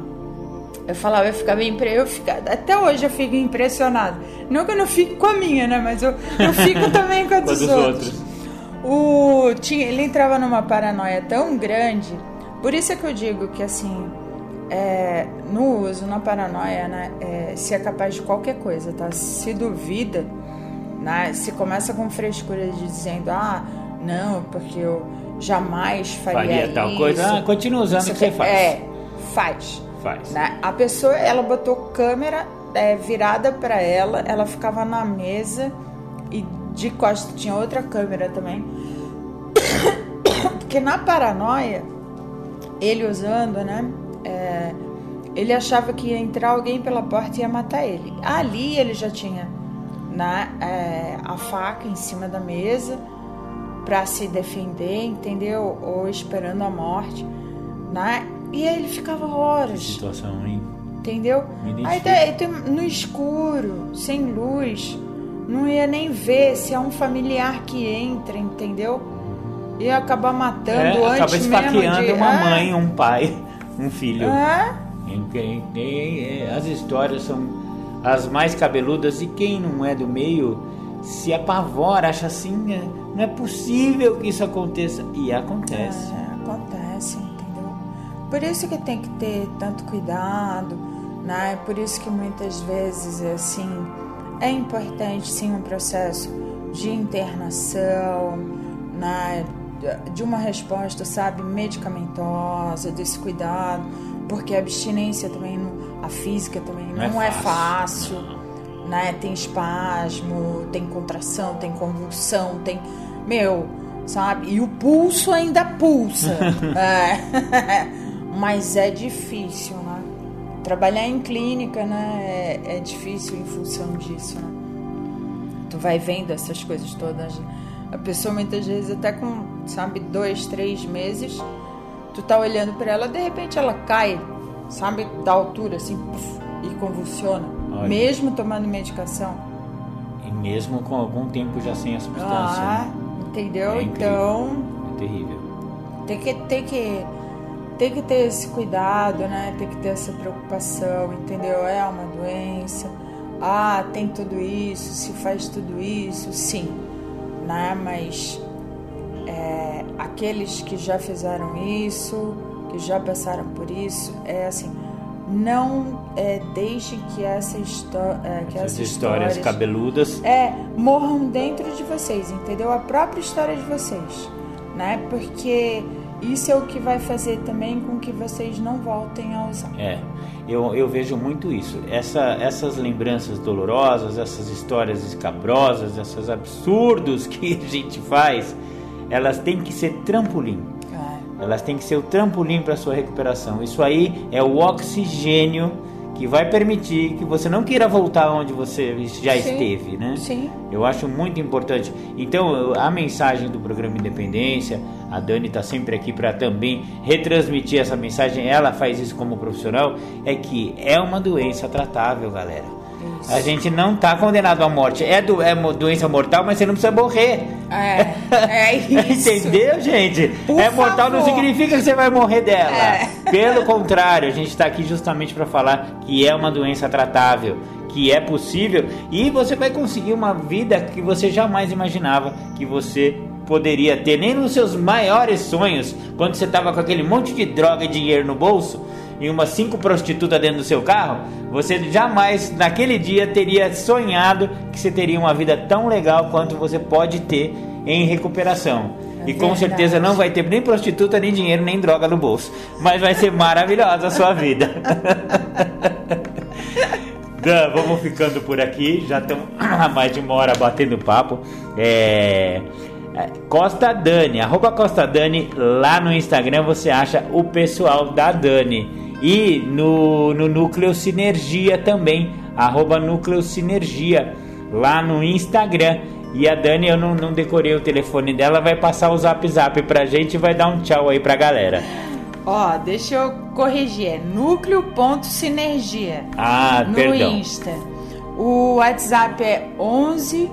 até hoje eu fico impressionada. Não que eu não fico com a minha, né, mas eu fico também com a dos outros. Ele entrava numa paranoia tão grande, por isso é que eu digo que assim, no uso, na paranoia, né, se é capaz de qualquer coisa, tá? Se duvida, né, se começa com frescura de dizendo, não, porque eu jamais faria tal isso, coisa, continua usando o que você faz. Faz. Né? A pessoa, ela botou câmera virada para ela ficava na mesa e de costas tinha outra câmera também. Porque na paranoia, ele usando, né? Ele achava que ia entrar alguém pela porta e ia matar ele. Ali ele já tinha a faca em cima da mesa para se defender, entendeu? Ou esperando a morte, né? E aí ele ficava horas. Que situação, hein? Entendeu? Aí no escuro, sem luz, não ia nem ver se é um familiar que entra, entendeu? Ia acabar matando antes acaba esfaqueando mesmo uma mãe, um pai, um filho. É? As histórias são as mais cabeludas e quem não é do meio se apavora, acha assim, não é possível que isso aconteça. E acontece. Acontece, entendeu? Por isso que tem que ter tanto cuidado, né? Por isso que muitas vezes, assim, é importante, sim, um processo de internação, né? De uma resposta, sabe, medicamentosa, desse cuidado, porque a abstinência também, a física também não é fácil, né? Tem espasmo, tem contração, tem convulsão, tem, sabe, e o pulso ainda pulsa, mas é difícil, né? Trabalhar em clínica, né, é difícil em função disso, né? Tu vai vendo essas coisas todas. A pessoa muitas vezes até com, sabe, 2, 3 meses, tu tá olhando pra ela, de repente ela cai, sabe, da altura, assim, puff, e convulsiona. Olha. Mesmo tomando medicação. E mesmo com algum tempo já sem a substância. Né? Entendeu? Então... É terrível. Tem que ter esse cuidado, né? Tem que ter essa preocupação, entendeu? É uma doença. Tem tudo isso, se faz tudo isso, sim. Né? Mas aqueles que já fizeram isso, que já passaram por isso, assim, não deixem que essas histórias cabeludas morram dentro de vocês, entendeu? A própria história de vocês, né? Porque isso é o que vai fazer também com que vocês não voltem a usar. Eu vejo muito isso. Essas lembranças dolorosas, essas histórias escabrosas, esses absurdos que a gente faz, elas têm que ser trampolim. Elas têm que ser o trampolim para a sua recuperação. Isso aí é o oxigênio que vai permitir que você não queira voltar onde você já esteve, né? Sim. Eu acho muito importante. Então, a mensagem do programa Independência, a Dani está sempre aqui para também retransmitir essa mensagem. Ela faz isso como profissional, é que é uma doença tratável, galera. Isso. A gente não tá condenado à morte. É doença mortal, mas você não precisa morrer. É isso. Entendeu, gente? Por mortal favor. não significa que você vai morrer dela. É. Pelo contrário, a gente tá aqui justamente para falar que é uma doença tratável, que é possível, e você vai conseguir uma vida que você jamais imaginava que você poderia ter, nem nos seus maiores sonhos, quando você tava com aquele monte de droga e dinheiro no bolso e umas 5 prostitutas dentro do seu carro, você jamais naquele dia teria sonhado que você teria uma vida tão legal quanto você pode ter em recuperação. E com verdade. certeza não vai ter nem prostituta, nem dinheiro, nem droga no bolso, mas vai ser maravilhosa a sua vida. Dan, vamos ficando por aqui, já estamos há mais de 1 hora batendo papo. Costa Dani, @CostaDani, lá no Instagram você acha o pessoal da Dani. E no Núcleo Sinergia também, @Núcleo Sinergia, lá no Instagram. E a Dani, eu não decorei o telefone dela, vai passar o zap pra gente e vai dar um tchau aí pra galera. Ó, deixa eu corrigir, é núcleo.sinergia. Ah, no perdão. Insta. O WhatsApp é 11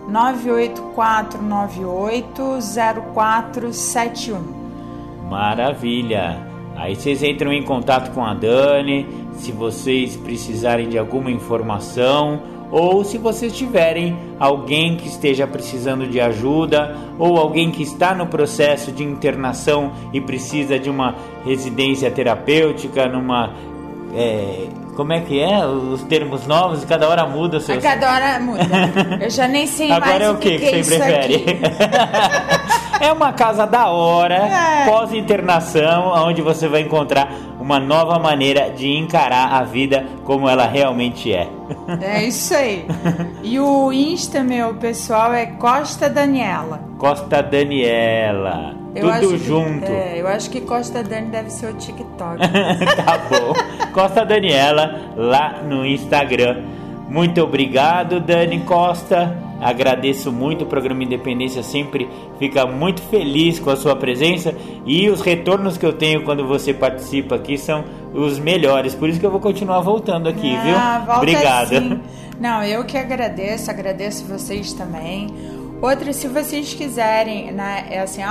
98498 0471. Maravilha! Aí vocês entram em contato com a Dani, se vocês precisarem de alguma informação, ou se vocês tiverem alguém que esteja precisando de ajuda, ou alguém que está no processo de internação e precisa de uma residência terapêutica, numa... como é que é? Os termos novos, cada hora muda. A cada hora muda. Eu já nem sei Agora mais é o que você é isso prefere? aqui. É uma casa da hora, pós-internação, onde você vai encontrar uma nova maneira de encarar a vida como ela realmente é. É isso aí. E o Insta, meu pessoal, é Costa Daniela. Costa Daniela. Tudo junto. Eu acho que Costa Dani deve ser o TikTok. Tá bom. Costa Daniela, lá no Instagram. Muito obrigado, Dani Costa. Agradeço muito. O programa Independência sempre fica muito feliz com a sua presença, e os retornos que eu tenho quando você participa aqui são os melhores. Por isso que eu vou continuar voltando aqui, viu? Volta Obrigado. Sim. Não, eu que agradeço vocês também. Outra, se vocês quiserem, né, é assim,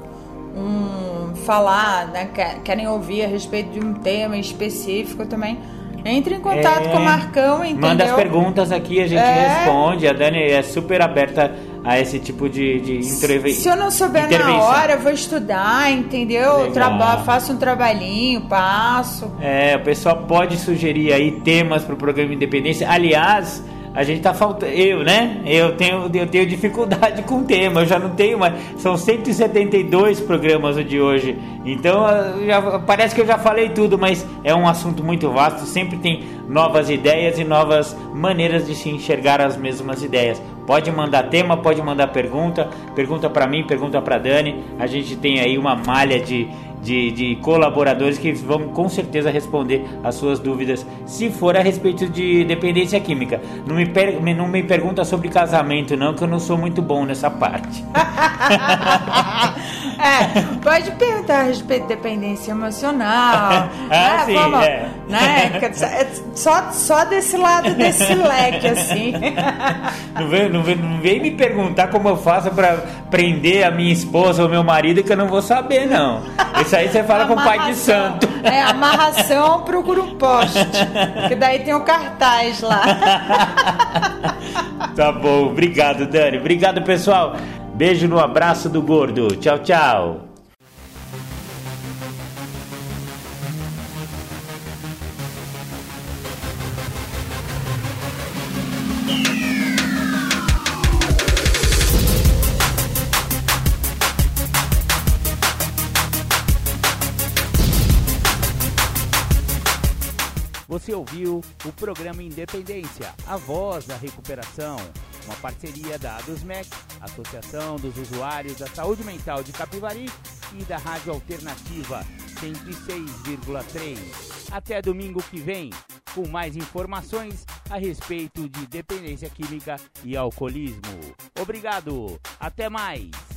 falar, né, querem ouvir a respeito de um tema específico também, entre em contato com o Marcão, entendeu? Manda as perguntas aqui, a gente responde. A Dani é super aberta a esse tipo de intervenção. Se eu não souber na hora, eu vou estudar, entendeu? Faço um trabalhinho, passo. O pessoal pode sugerir aí temas para o programa Independência. Aliás, a gente tá faltando, eu tenho dificuldade com o tema, eu já não tenho mais, são 172 programas o de hoje, então parece que eu já falei tudo, mas é um assunto muito vasto, sempre tem novas ideias e novas maneiras de se enxergar as mesmas ideias. Pode mandar tema, pode mandar pergunta para mim, pergunta para Dani. A gente tem aí uma malha de colaboradores que vão com certeza responder as suas dúvidas, se for a respeito de dependência química. Não me pergunta sobre casamento não, que eu não sou muito bom nessa parte. Pode perguntar a respeito de dependência emocional. Sim, né? Só desse lado desse leque, assim. Não vem me perguntar como eu faço para prender a minha esposa ou meu marido, que eu não vou saber, não. Isso aí você fala com o pai de santo. Amarração, procura um poste, que daí tem o cartaz lá. Tá bom, obrigado, Dani. Obrigado, pessoal. Beijo no abraço do gordo. Tchau, tchau. Você ouviu o programa Independência, a voz da recuperação, uma parceria da ADUSMEC, Associação dos Usuários da Saúde Mental de Capivari, e da Rádio Alternativa 106,3. Até domingo que vem, com mais informações a respeito de dependência química e alcoolismo. Obrigado, até mais!